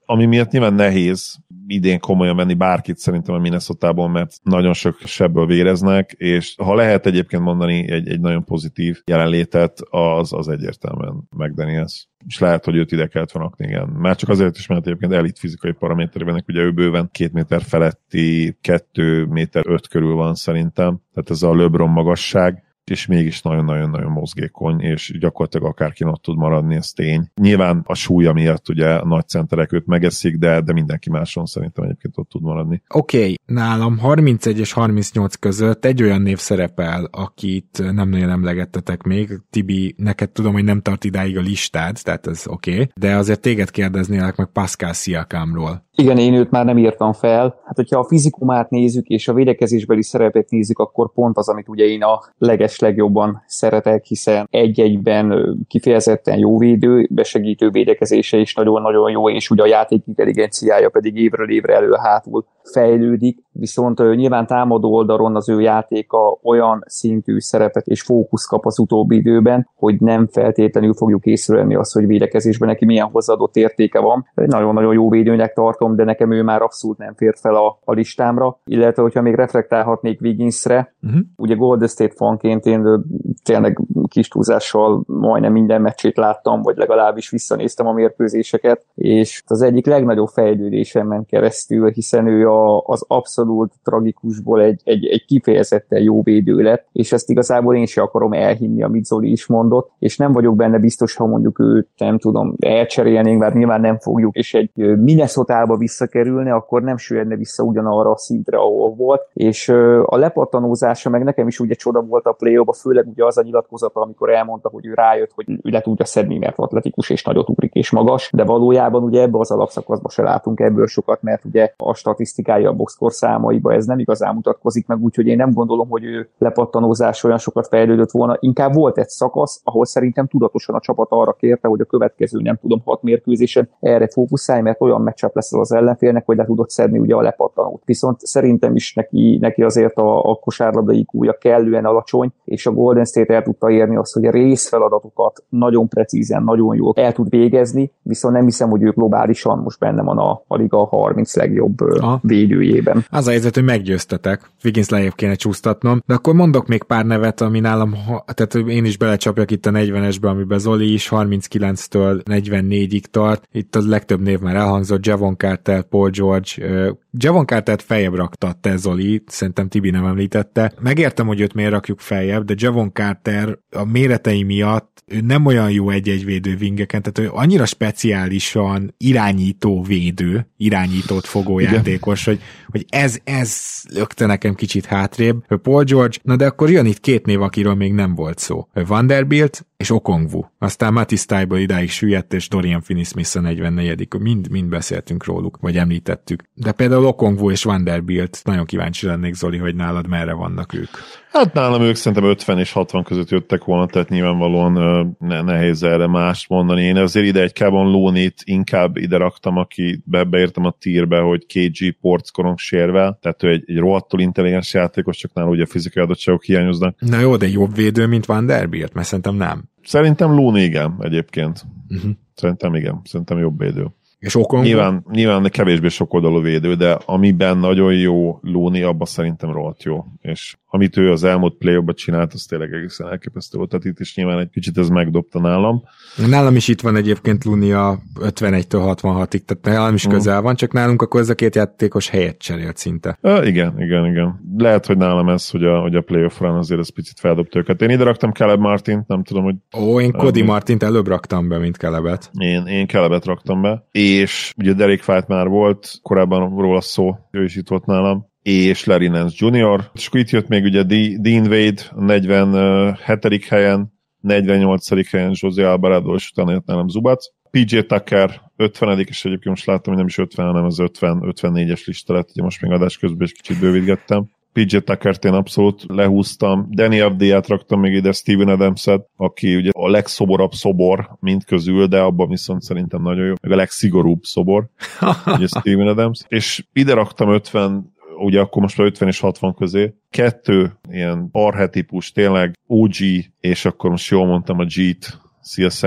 S3: ami miatt nyilván nehéz idén komolyan venni bárkit szerintem a Minnesotából, mert nagyon sok sebből véreznek, és ha lehet egyébként mondani egy, egy nagyon pozitív jelenlétet, az, az egyértelműen McDaniels. És lehet, hogy őt ide kellett volna rakni, igen. Már csak azért is, mert egyébként elit fizikai paraméterében, ugye ő bőven két méter feletti, kettő méter öt körül van szerintem, tehát ez a LeBron magasság, és mégis nagyon-nagyon-nagyon mozgékony, és gyakorlatilag akárkin ott tud maradni, ez tény. Nyilván a súlya miatt ugye a nagy centerek őt megeszik, de, de mindenki máson szerintem egyébként ott tud maradni.
S2: Oké, okay, nálam harmincegy és harmincnyolc között egy olyan név szerepel, akit nem nagyon emlegettetek még. Tibi, neked tudom, hogy nem tart idáig a listád, tehát ez oké, okay. De azért téged kérdeznélek meg Pascal Siakamról.
S4: Igen, én őt már nem írtam fel. Hát, hogyha a fizikumát nézzük, és a védekezésbeli szerepet nézzük, akkor pont az, amit ugye én a leges legjobban szeretek, hiszen egy-egyben kifejezetten jó védő, besegítő védekezése is nagyon-nagyon jó, és ugye a játék intelligenciája pedig évről évre elő-hátul fejlődik, viszont nyilván támadó oldalon az ő játéka olyan szintű szerepet és fókusz kap az utóbbi időben, hogy nem feltétlenül fogjuk észrevenni azt, hogy védekezésben neki milyen hozzáadott értéke van. Nagyon-nagyon jó védőnek tartom, de nekem ő már abszolút nem fért fel a, a listámra, illetve hogyha még reflektálhatnék Wigginsre, uh-huh. ugye Golden State fanként én tényleg kis túlzással majdnem minden meccsét láttam, vagy legalábbis visszanéztem a mérkőzéseket, és az egyik legnagyobb fejlődésen ment keresztül, hiszen ő a, az abszolút tragikusból egy, egy, egy kifejezetten jó védő lett, és ezt igazából én sem akarom elhinni, amit Zoli is mondott, és nem vagyok benne biztos, ha mondjuk őt, nem tudom, elcserélnénk, mert nyilván nem fogjuk, és egy Minnesotába visszakerülne, akkor nem süllyedne vissza ugyanarra a szintre, ahol volt, és a lepattanózása meg nekem is ugye csoda volt a play-offba, főleg ugye az a nyilatkozata, amikor elmondta, hogy ő rájött, hogy ő le tudja szedni, mert atletikus és nagyot ugrik és magas, de valójában ugye ebbe az alapszakaszba se látunk ebből sokat, mert ugye a statisztikája a boxscore számaiba ez nem igazán mutatkozik meg, úgyhogy én nem gondolom, hogy ő lepattanózás olyan sokat fejlődött volna. Inkább volt egy szakasz, ahol szerintem tudatosan a csapat arra kérte, hogy a következő, nem tudom, hat mérkőzésen erre fókuszálj, mert olyan meccsap lesz az ellenfélnek, hogy le tudod szedni ugye a lepattanót. Viszont szerintem is neki, neki azért a, a kosárlabda í kúja kellően alacsony, és a Golden State el tudta érni azt, hogy a részfeladatokat nagyon precízen, nagyon jól el tud végezni, viszont nem hiszem, hogy ő globálisan most benne van a, a liga harminc legjobb Aha. védőjében.
S2: Az a helyzet, hogy meggyőztetek. Wiggins lejjebb kéne csúsztatnom, de akkor mondok még pár nevet, ami nálam, tehát én is belecsapjak itt a negyvenesbe, amiben Zoli is harminckilenctől negyvennégyig tart. Itt a legtöbb név már elhangzott, Javon Carter, Paul George. Javon Cartert feljebb rakta te, Zoli, szerintem Tibi nem említette. Megértem, hogy őt miért rakjuk feljebb, de Javon Carter a méretei miatt ő nem olyan jó egy-egy védő wingeken, tehát ő annyira speciálisan irányító védő, irányítót fogó Igen. játékos, hogy, hogy ez, ez lökte nekem kicsit hátrébb. Paul George, na de akkor jön itt két név, akiről még nem volt szó. Vanderbilt és Okongwu. Aztán Matisse Thybulle idáig süllyedt, és Dorian Finney-Smith a negyvennegyedik Mind, mind beszéltünk róluk, vagy említettük. De például Okongwu és Vanderbilt, nagyon kíváncsi lennék, Zoli, hogy nálad merre vannak ők.
S3: Hát nálam ők szerintem ötven és hatvan között jöttek volna, tehát nyilvánvalóan ne, nehéz erre mást mondani. Én azért ide egy Kevon Looney-t inkább ide raktam, aki be, beértem a tírbe, hogy ká gé porckorong sérvel, tehát ő egy, egy rohadtul intelligens játékos, csak nála ugye a fizikai adottságok hiányoznak.
S2: Na jó, de jobb védő, mint Vanderbilt, mert szerintem nem.
S3: Szerintem Looney igen, egyébként.
S2: Uh-huh.
S3: Szerintem igen, szerintem jobb védő.
S2: És Okongwu?
S3: Nyilván, nyilván kevésbé sokoldalú védő, de amiben nagyon jó Looney, abban szerintem rohadt jó. És amit ő az elmúlt play-offban csinált, az tényleg egészen elképesztő volt. Tehát itt is nyilván egy kicsit ez megdobta nálam.
S2: Nálam is itt van egyébként Looney a ötvenegytől hatvanhatig, tehát nálam is közel van, csak nálunk akkor ez a két játékos helyet cserélt szinte.
S3: Uh, igen, igen, igen. Lehet, hogy nálam ez, hogy a, hogy a play-off run azért ez picit feldobta őket. Én ide raktam Caleb Martint, nem tudom, hogy...
S2: Ó, én Cody uh, Martint előbb raktam be, mint Calebet.
S3: Én, én Calebet raktam be, és ugye Derek White már volt, korábban róla szó, ő is itt volt nálam, és Larry Nance junior És akkor itt jött még ugye Dean Wade a negyvenhetedik helyen, negyvennyolcadik helyen José Alvarado, és utána jött nálam Zubac. pé jé Tucker ötvenedik és egyébként most láttam, hogy nem is ötven, hanem az ötven ötvennégyes lista lett, ugye most még adás közben is kicsit bővítgettem. pé jé Tuckert én abszolút lehúztam. Danny Avdiját raktam még ide, Steven Adams-et, aki ugye a legszoborabb szobor mind közül, de abban viszont szerintem nagyon jó. Meg a legszigorúbb szobor, ugye Steven Adams. És ide raktam ötven, ugye akkor most már ötven és hatvan közé. Kettő ilyen arhetipus, tényleg ó gé, és akkor most jól mondtam a G-t, szia Szemi,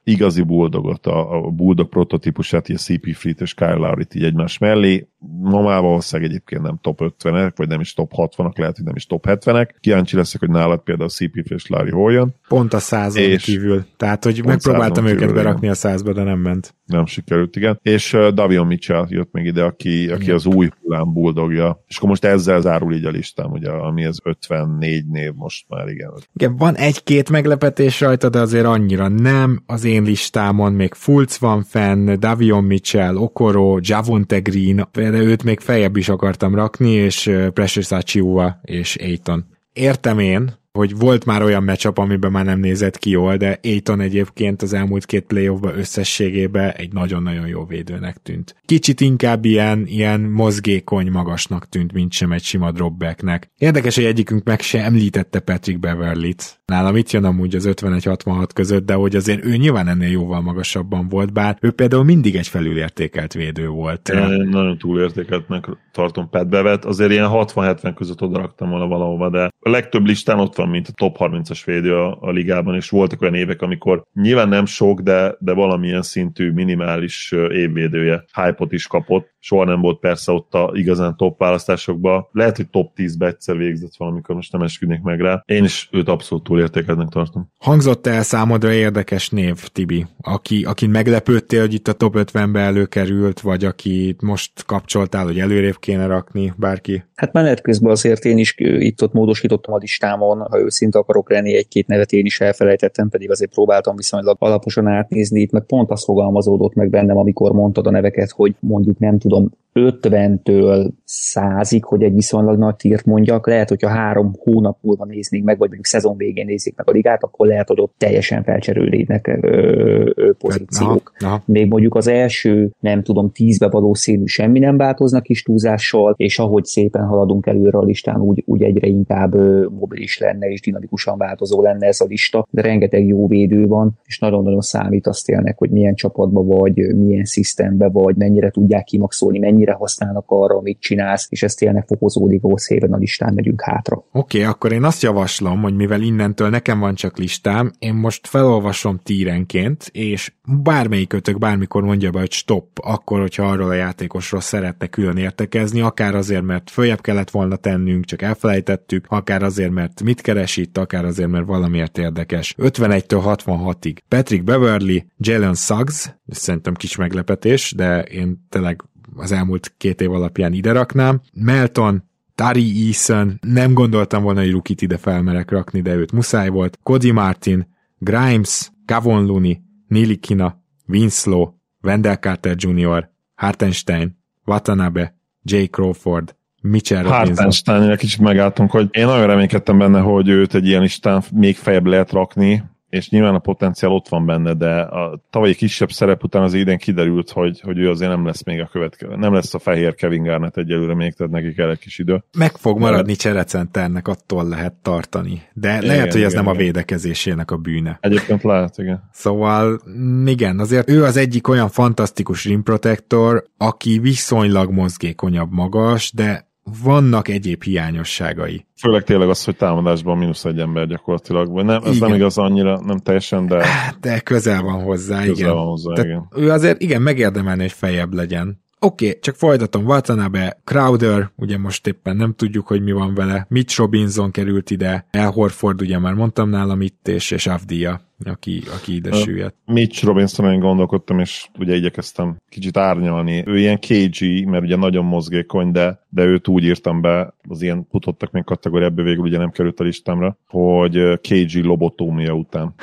S3: igazi bulldogot, a, a bulldog prototípusát, a cé pé Fleet és Kyle Lowry-t így egymás mellé. Ma már valószínűleg egyébként nem top ötvenek, vagy nem is top hatvanak, lehet, hogy nem is top hetvenek. Kíváncsi leszek, hogy nálad például a cé pé és Lowry hol jön.
S2: Pont a százon és kívül. Tehát, hogy megpróbáltam őket kívül, berakni a százba, de nem ment.
S3: Nem sikerült, igen. És uh, Davion Mitchell jött még ide, aki, aki az új hullám bulldogja. És akkor most ezzel zárul így a listám, ugye, ami az ötvennégy név most már, igen.
S2: Igen, van egy-két meglepetés rajta, de azért annyira nem. Az én listámon még Fultz van fenn, Davion Mitchell, Okoro, Javonte Green, de őt még feljebb is akartam rakni, és Precious Achiuwa és Ayton. Értem én, hogy volt már olyan matchup, amiben már nem nézett ki jól, de Ayton egyébként az elmúlt két playoffban összességében egy nagyon-nagyon jó védőnek tűnt. Kicsit inkább ilyen, ilyen mozgékony magasnak tűnt, mint sem egy sima dropbacknek. Érdekes, hogy egyikünk meg se említette Patrick Beverlyt. Nálam itt jön amúgy az ötvenegy hatvanhat között, de hogy azért ő nyilván ennél jóval magasabban volt, bár ő például mindig egy felülértékelt védő volt.
S3: Én nagyon túlértékeltnek tartom Pat Bevet, azért ilyen hatvan-hetven között odaraktam volna valahova, de a legtöbb listán ott van, mint a top harmincas védő a, a ligában, és voltak olyan évek, amikor nyilván nem sok, de, de valamilyen szintű minimális évvédője hype-ot is kapott. Soha nem volt persze ott a igazán top választásokban. Lehet, hogy top tízbe egyszer végzett valamikor, most nem esküdnék meg rá. Én is őt abszolút túlértékeltnek tartom.
S2: Hangzott el számodra érdekes név, Tibi, aki, akin meglepődtél, hogy itt a top ötvenbe előkerült, vagy akit most kapcsoltál, hogy előrébb kéne rakni, bárki?
S4: Hát menet közben azért én is itt-ott módosítottam a listámon, ha őszinte akarok lenni, egy-két nevet én is elfelejtettem, pedig azért próbáltam viszonylag alaposan átnézni, itt meg pont az fogalmazódott meg bennem, amikor mondtad a neveket, hogy mondjuk nem tudom, ötventől százig, hogy egy viszonylag nagy tírt mondjak, lehet, hogyha három hónap múlva néznék meg, vagy mondjuk szezon végén nézik meg a ligát, akkor lehet, hogy ott teljesen felcserülnének ö, ö, pozíciók. Aha, aha. Még mondjuk az első, nem tudom, tízbe valószínű semmi nem változnak kis túlzással, és ahogy szépen haladunk előre a listán, úgy, úgy egyre inkább ö, mobilis lenne, és dinamikusan változó lenne ez a lista, de rengeteg jó védő van, és nagyon-nagyon számít azt élnek, hogy milyen csapatban vagy, milyen szisztemben vagy, mennyire tudják kimaxolni, mennyire használnak arra, amit csinálsz, és ez tényleg fokozódik, ahol szépen a listán megyünk hátra.
S2: Oké, okay, akkor én azt javaslom, hogy mivel innentől nekem van csak listám, én most felolvasom tírenként, és bármelyikötök bármikor mondja be, hogy stop, akkor, hogyha arról a játékosról szeretne külön értekezni, akár azért, mert följebb kellett volna tennünk, csak elfelejtettük, akár azért, mert mit keres itt, akár azért, mert valamiért érdekes. ötvenegytől hatvanhatig. Patrick Beverly, Jalen Suggs, szerintem kis meglepetés, de én tényleg az elmúlt két év alapján ide raknám. Melton, Tari Eason, nem gondoltam volna, hogy rukit ide felmerek rakni, de őt muszáj volt. Cody Martin, Grimes, Kavon Looney, Nilikina, Winslow, Wendell Carter junior, Hartenstein, Watanabe, Jay Crawford, Mitchell Robinson.
S3: Hartensteinre kicsit megálltunk, hogy én nagyon reménykedtem benne, hogy őt egy ilyen listán még feljebb lehet rakni, és nyilván a potenciál ott van benne, de a tavalyi kisebb szerep után az idén kiderült, hogy, hogy ő azért nem lesz még a következő. Nem lesz a fehér Kevin Garnett egyelőre még, tehát neki kell egy kis idő.
S2: Meg fog maradni de... cserecenternek, attól lehet tartani. De igen, lehet, hogy ez igen, nem igen. a védekezésének a bűne.
S3: Egyébként lehet, igen.
S2: Szóval igen, azért ő az egyik olyan fantasztikus rim protector, aki viszonylag mozgékonyabb magas, de vannak egyéb hiányosságai.
S3: Főleg tényleg az, hogy támadásban mínusz egy ember gyakorlatilag. Vagy nem, ez igen. nem igaz annyira, nem teljesen, de...
S2: De közel van hozzá,
S3: közel
S2: igen.
S3: Van hozzá, igen.
S2: Ő azért igen, megérdemelni, hogy feljebb legyen. Oké, okay, csak folytatom. Watanabe, Crowder, ugye most éppen nem tudjuk, hogy mi van vele. Mitch Robinson került ide, El Horford, ugye már mondtam nálam itt, és, és Avdia, aki, aki ide süllyedt.
S3: Mitch Robinson, én gondolkodtam, és ugye igyekeztem kicsit árnyalni. Ő ilyen ká gé, mert ugye nagyon mozgékony, de, de őt úgy írtam be, az ilyen futottak még kategóriába, végül ugye nem került a listámra, hogy ká gé lobotómia után.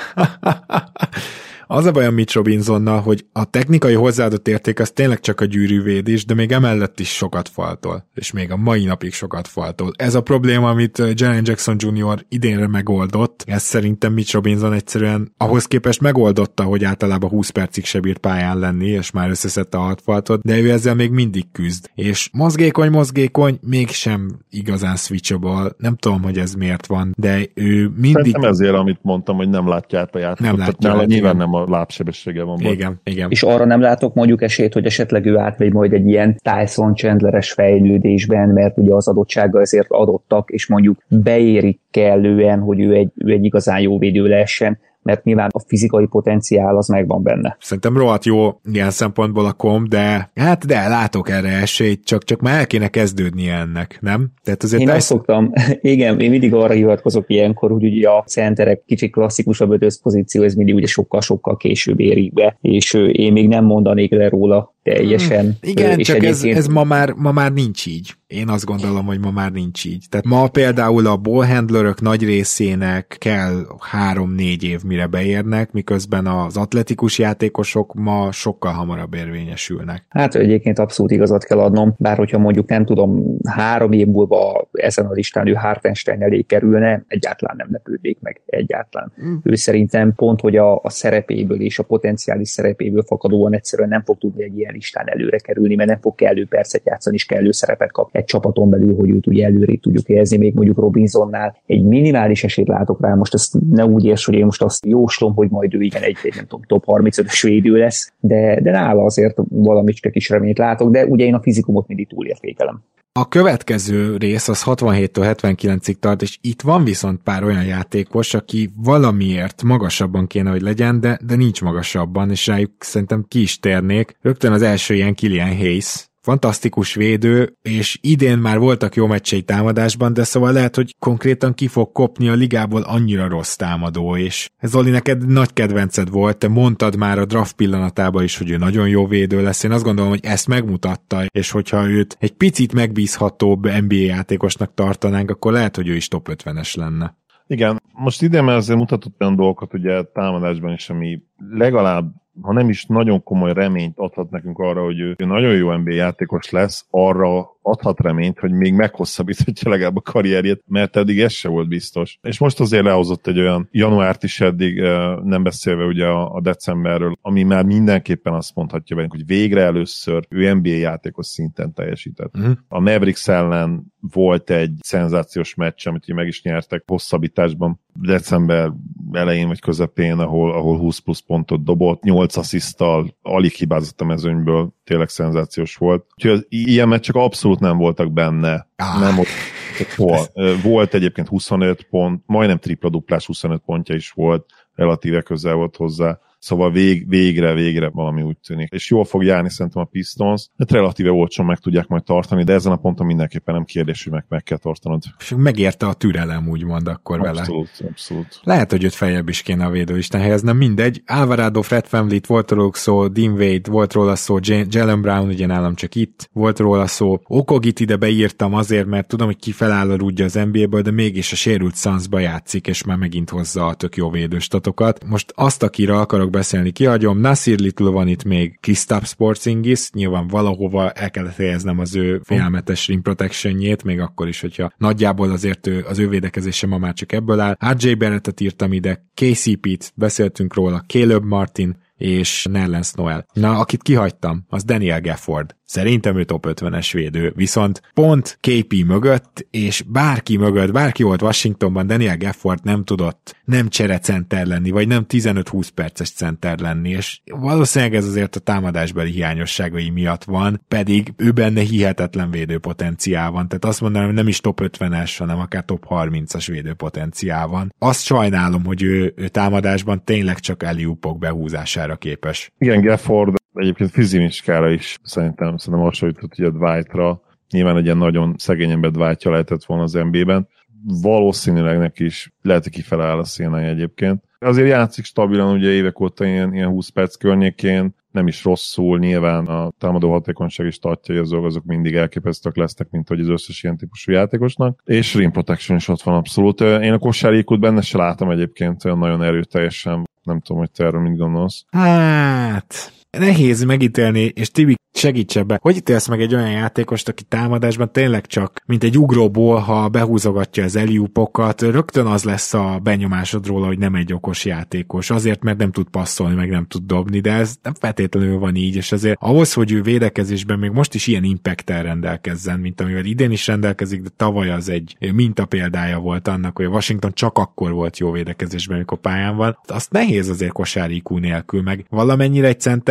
S2: Az a baj a Mitch Robinsonnal, hogy a technikai hozzáadott érték az tényleg csak a gyűrűvédés, de még emellett is sokat faltol, és még a mai napig sokat faltol. Ez a probléma, amit Jaren Jackson junior idénre megoldott, ez szerintem Mitch Robinson egyszerűen ahhoz képest megoldotta, hogy általában húsz percig se bírt pályán lenni, és már összeszedte a hat faltot, de ő ezzel még mindig küzd. És mozgékony, mozgékony, mégsem igazán switchable, nem tudom, hogy ez miért van, de ő mindig...
S3: Szerintem ezért, amit mondtam, hogy nem látja át a játékot.
S2: Nem látja át,
S3: nyilván nem a lábsebessége van.
S2: Igen, igen.
S4: És arra nem látok mondjuk esélyt, hogy esetleg ő átmegy majd egy ilyen Tyson Chandleres fejlődésben, mert ugye az adottsága ezért adottak, és mondjuk beérik kellően, hogy ő egy, ő egy igazán jó védő lehessen. mert nyilván a fizikai potenciál az megvan benne.
S2: Szerintem rohadt jó ilyen szempontból a kom, de hát de látok erre esélyt, csak, csak már el kéne kezdődnie ennek, nem? Tehát azért
S4: én
S2: azt
S4: ezt... szoktam, igen, én mindig arra hivatkozok ilyenkor, hogy ugye a centerek kicsit klasszikusabb ötöszpozíció, ez mindig ugye sokkal-sokkal később érik be, és én még nem mondanék le róla teljesen.
S2: Hmm, igen,
S4: és
S2: csak
S4: egyébként...
S2: ez, ez ma, már, ma már nincs így. Én azt gondolom, hogy ma már nincs így. Tehát ma például a ballhandlerök nagy részének kell három-négy év, mire beérnek, miközben az atletikus játékosok ma sokkal hamarabb érvényesülnek.
S4: Hát egyébként abszolút igazat kell adnom, bár hogyha mondjuk nem tudom, három év múlva ezen a listán ő Hartenstein elé kerülne, egyáltalán nem lepődnék meg, egyáltalán. Mm. Ő szerintem pont, hogy a, a szerepéből és a potenciális szerepéből fakadóan egyszerűen nem fog tudni egy ilyen listán előre kerülni, mert nem fog kellő percet játszani, és kellő szerepet kap egy csapaton belül, hogy őt ugye előre tudjuk érezni, még mondjuk Robinsonnál egy minimális esélyt látok rá, most ezt ne úgy érts, hogy én most azt jóslom, hogy majd ő igen egy, egy nem tudom, top harmincötös védő lesz, de, de nála azért valamicske kis reményt látok, de ugye én a fizikumot mindig túlértékelem.
S2: A következő rész az hatvanhéttől hetvenkilencig tart, és itt van viszont pár olyan játékos, aki valamiért magasabban kéne, hogy legyen, de, de nincs magasabban, és rájuk szerintem ki is térnék. Rögtön az első ilyen Killian Hayes, fantasztikus védő, és idén már voltak jó meccsei támadásban, de szóval lehet, hogy konkrétan ki fog kopni a ligából, annyira rossz támadó, és Zoli, neked nagy kedvenced volt, te mondtad már a draft pillanatában is, hogy ő nagyon jó védő lesz, én azt gondolom, hogy ezt megmutatta, és hogyha őt egy picit megbízhatóbb en bé á játékosnak tartanánk, akkor lehet, hogy ő is top ötvenes lenne.
S3: Igen, most idén már azért mutatott olyan dolgokat ugye támadásban is, ami legalább, ha nem is nagyon komoly reményt adhat nekünk arra, hogy ő nagyon jó en bé á játékos lesz, arra adhat reményt, hogy még meghosszabbíthatja legalább a karrierjét, mert eddig ez se volt biztos. És most azért lehozott egy olyan januárt is eddig, nem beszélve ugye a, a decemberről, ami már mindenképpen azt mondhatja velünk, hogy végre először ő en bé á játékos szinten teljesített. Uh-huh. A Mavericks ellen volt egy szenzációs meccs, amit meg is nyertek hosszabbításban december elején vagy közepén, ahol, ahol húsz plusz pontot dobott, nyolc assziszttal, alig hibázott a mezőnyből, tényleg szenzációs volt. Úgyhogy ilyen meccsek abszolút nem voltak benne. Ah. Nem volt, volt egyébként huszonöt pont, majdnem tripla-duplás huszonöt pontja is volt, relatíve közel volt hozzá. Szóval vég, végre, végre valami úgy tűnik. És jól fog járni szerintem a Pistons, hát relatíve olcsón meg tudják majd tartani, de ezen a ponton mindenképpen nem kérdés, hogy meg, meg kell tartanod.
S2: És megérte a türelem, úgymond akkor
S3: abszolút,
S2: vele.
S3: Abszolút, abszolút.
S2: Lehet, hogy őt feljebb is kéne a védőisten helyeznem, mindegy. Alvarado, Fred VanVleet, volt róluk szó, Dean Wade, volt róla szó, Jaylen Brown, ugye nálam csak itt, volt róla szó. Okogit ide beírtam azért, mert tudom, hogy ki feláll a rúdja az en bé á-ből, de mégis a sérült Sunsba játszik, és már megint hozza a tök jó védőstatokat. Most azt, akire akarok beszélni, kihagyom. Nasir Little van itt még, Kristaps Porzingis, nyilván valahova el kellett helyeznem az ő félelmetes ring protectionjét, még akkor is, hogyha nagyjából azért ő, az ő védekezése ma már csak ebből áll. er jé Barrettet írtam ide, ká cé pét, beszéltünk róla, Caleb Martin és Nerlens Noel. Na, akit kihagytam, az Daniel Gafford. Szerintem ő top ötvenes védő, viszont pont ká pé mögött, és bárki mögött, bárki volt Washingtonban, Daniel Gafford nem tudott nem cserecenter lenni, vagy nem tizenöt-húsz perces center lenni, és valószínűleg ez azért a támadásbeli hiányosságai miatt van, pedig ő benne hihetetlen védőpotenciál van, tehát azt mondanám, hogy nem is top ötvenes, hanem akár top harmincas védőpotenciál van. Azt sajnálom, hogy ő, ő támadásban tényleg csak alley-oopok behúzására képes.
S3: Igen, Gafford egyébként fizimiskára is szerintem, szerintem hasonlított ugye Dwightra. Nyilván egy ilyen nagyon szegény ember Dwightja lehetett volna az en bé á-ben. Valószínűleg neki is lehet, hogy kifele áll a szénája egyébként. Azért játszik stabilan, ugye évek óta ilyen, ilyen húsz perc környékén, nem is rosszul, nyilván a támadó hatékonyság is tartja, hogy azok, azok mindig elképesztőek lesznek, mint hogy az összes ilyen típusú játékosnak. És rim protection is ott van abszolút. Én a kosárikút benne se látom egyébként olyan nagyon erőteljesen. Nem tudom, hogy te erről mit gondolsz.
S2: Hát... nehéz megítélni, és Tibi, segíts ebbe. Hogy ítélsz meg egy olyan játékost, aki támadásban tényleg csak, mint egy ugróból, ha behúzogatja az alley-oopokat, rögtön az lesz a benyomásod róla, hogy nem egy okos játékos, azért, mert nem tud passzolni, meg nem tud dobni, de ez nem feltétlenül van így, és azért ahhoz, hogy ő védekezésben még most is ilyen impacttel rendelkezzen, mint amivel idén is rendelkezik, de tavaly az egy mintapéldája volt annak, hogy a Washington csak akkor volt jó védekezésben, amikor pályán van. Azt nehéz azért kosár í kú nélkül, meg valamennyire egy center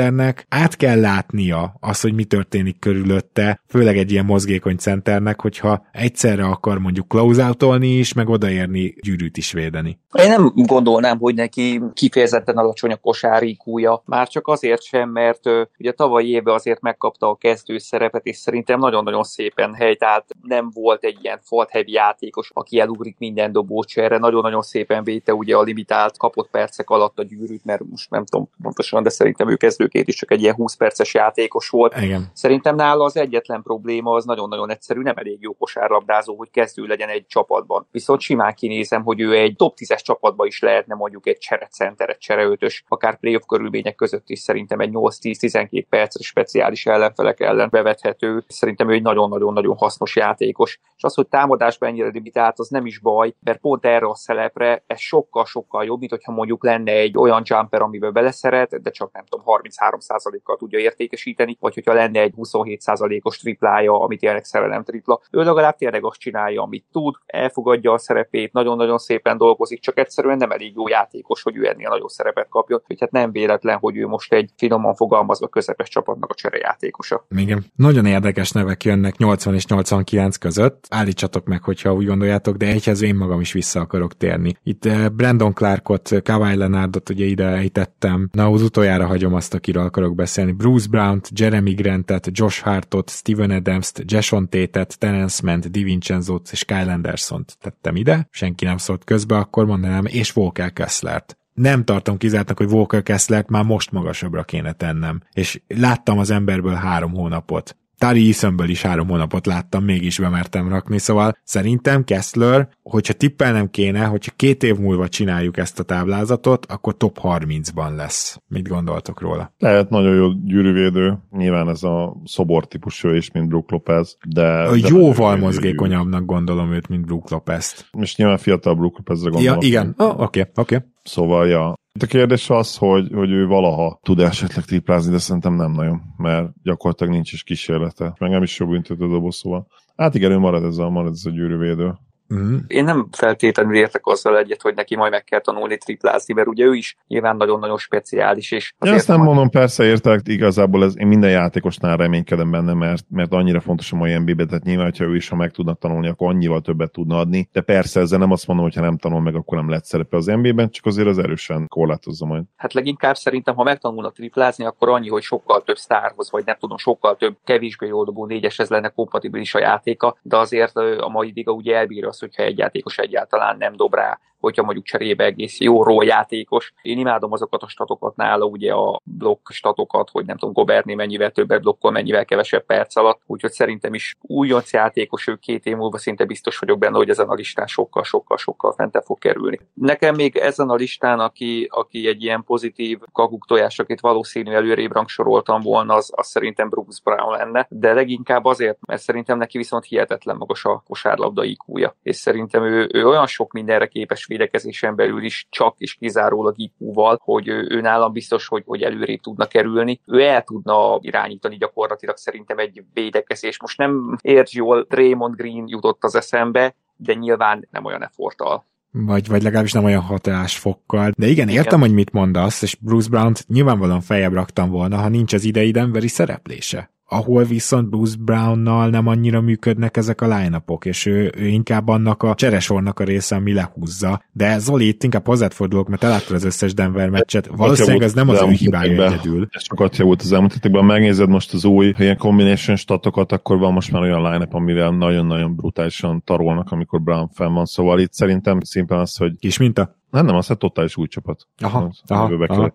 S2: centernek át kell látnia azt, hogy mi történik körülötte, főleg egy ilyen mozgékony centernek, hogyha egyszerre akar mondjuk close-outolni is, meg odaérni, gyűrűt is védeni.
S4: Én nem gondolnám, hogy neki kifejezetten alacsony a kosár í kúja, már csak azért sem, mert uh, ugye tavalyi évben azért megkapta a kezdő szerepet, és szerintem nagyon-nagyon szépen helytált, nem volt egy ilyen fault-heavy játékos, aki elugrik minden dobócserre, nagyon-nagyon szépen védte ugye a limitált kapott percek alatt a gyűrűt, mert most nem tudom pontosan, de szerintem ő kezdőként is csak egy ilyen húsz perces játékos volt.
S2: Igen.
S4: Szerintem nála az egyetlen probléma az nagyon-nagyon egyszerű, nem elég jó kosárlabdázó, hogy kezdő legyen egy csapatban. Viszont simán kinézem, hogy ő egy top tízes csapatban is lehetne mondjuk egy cserecenter, egy csereötös, akár playoff körülmények között is szerintem egy nyolc-tíz-tizenkét perces speciális ellenfelek ellen bevethető. Szerintem ő egy nagyon-nagyon-nagyon hasznos játékos. És az, hogy támadásban ennyire limitált, az nem is baj, mert pont erre a szelepre ez sokkal-sokkal jobb, mint hogyha mondjuk lenne egy olyan jumper, amiben beleszeret, de csak nem tudom, harminchárom százalékkal tudja értékesíteni, vagy hogyha lenne egy huszonhét százalékos triplája, amit tényleg szerelem tripla. Ő legalább tényleg azt csinálja, amit tud, elfogadja a szerepét, nagyon-nagyon szépen dolgozik, csak egyszerűen nem elég jó játékos, hogy ő ennél nagyobb szerepet kapjon. Úgyhogy hát nem véletlen, hogy ő most egy finoman fogalmazva közepes csapatnak a cserejátékosa.
S2: Igen. Nagyon érdekes nevek jönnek nyolcvan és nyolcvankilenc között. Állítsatok meg, hogyha úgy gondoljátok, de egyhez én magam is vissza akarok térni. Itt Brandon Clarkot, Kawhi Leonardot ugye ide ejtettem. Na, az utoljára hagyom azt, akiről akarok beszélni. Bruce Brownt, Jeremy Grantet, Josh Hartot, Steven Adamst, Jason Tate-et, Terence Mann-t, DiVincenzo-t és Kyle Andersont tettem ide. Senki nem szólt közbe, akkor mondanám, és Walker Kesslert. Nem tartom kizártnak, hogy Walker Kesslert már most magasabbra kéne tennem. És láttam az emberből három hónapot. Tari Easonből is három hónapot láttam, mégis bemertem rakni, szóval szerintem Kessler, hogyha tippelnem kéne, hogyha két év múlva csináljuk ezt a táblázatot, akkor top harmincban lesz. Mit gondoltok róla?
S3: Lehet nagyon jó gyűrűvédő, nyilván ez a szobor típusú is, mint Brook Lopez, de... de
S2: jóval mozgékonyabbnak gondolom őt, mint Brook Lopez-t.
S3: És nyilván fiatal Brook Lopezre gondolom.
S2: Ja, igen, oké, oh, oké. Okay, okay.
S3: Szóval, ja. Itt a kérdés az, hogy, hogy ő valaha tud esetleg triplázni, de szerintem nem nagyon, mert gyakorlatilag nincs is kísérlete. Meg nem is jó büntető dobó, szóval. Hát igen, ő marad ez a, marad ez a gyűrűvédő.
S4: Mm. Én nem feltétlenül értek azzal egyet, hogy neki majd meg kell tanulni triplázni, mert ugye ő is nyilván nagyon-nagyon speciális. És
S3: ja, ezt nem majd... mondom, persze értek, igazából ez, én minden játékosnál reménykedem benne, mert, mert annyira fontos a mai en bé á-ben, tehát nyilván, hogyha ő is, ha meg tudnak tanulni, akkor annyival többet tudna adni, de persze ezzel nem azt mondom, hogy ha nem tanul meg, akkor nem lett szerepe az en bé á-ben, csak azért az erősen korlátozza majd. Hát
S4: leginkább szerintem, ha megtanulnak triplázni, akkor annyi, hogy sokkal több sztárhoz, vagy nem tudom, sokkal több kevésbé jól dobó négyeshez lenne kompatibilis a játéka, de azért a mai liga ugye elbírja azt, hogyha egy játékos egyáltalán nem dob rá, hogyha mondjuk cserébe egész jó ról játékos. Én imádom azokat a statokat nála, ugye a blokk statokat, hogy nem tudom, Gobertnél mennyivel többet blokkol, mennyivel kevesebb perc alatt, úgyhogy szerintem is újonc játékos, ő két év múlva szinte biztos vagyok benne, hogy ezen a listán sokkal-sokkal-sokkal fentebb fog kerülni. Nekem még ezen a listán, aki, aki egy ilyen pozitív kakuk tojás, akit valószínű előrébb rangsoroltam volna, az, az szerintem Bruce Brown lenne, de leginkább azért, mert szerintem neki viszont hihetetlen magas a kosárlabda í kúja, és szerintem ő, ő olyan sok mindenre képes védekezésen belül is csak és kizárólag í kúval, hogy ő, ő nálam biztos, hogy, hogy előrébb tudna kerülni. Ő el tudna irányítani gyakorlatilag szerintem egy védekezés. Most nem érts jól, Draymond Green jutott az eszembe, de nyilván nem olyan efforttal.
S2: Vagy, vagy legalábbis nem olyan hatásfokkal. De igen, értem, igen, hogy mit mondasz, és Bruce Brownt nyilvánvalóan feljebb raktam volna, ha nincs az idei Denveri szereplése. Ahol viszont Bruce Brownnal nem annyira működnek ezek a line-upok, és ő, ő inkább annak a cseresornak a része, ami lehúzza. De Zoli, itt inkább hozzád fordulok, mert te láttad az összes Denver meccset. Valószínűleg ez nem az ő hibája egyedül.
S3: Ez sokat javult az elmúlt hetekben. Megnézed most az új ilyen combination statokat, akkor van most már olyan line-up, amivel nagyon-nagyon brutálisan tarolnak, amikor Brown fenn van. Szóval itt szerintem szimplán az, hogy...
S2: Kis minta?
S3: Nem, nem, az egy totális új csapat.
S2: Aha, aha, aha.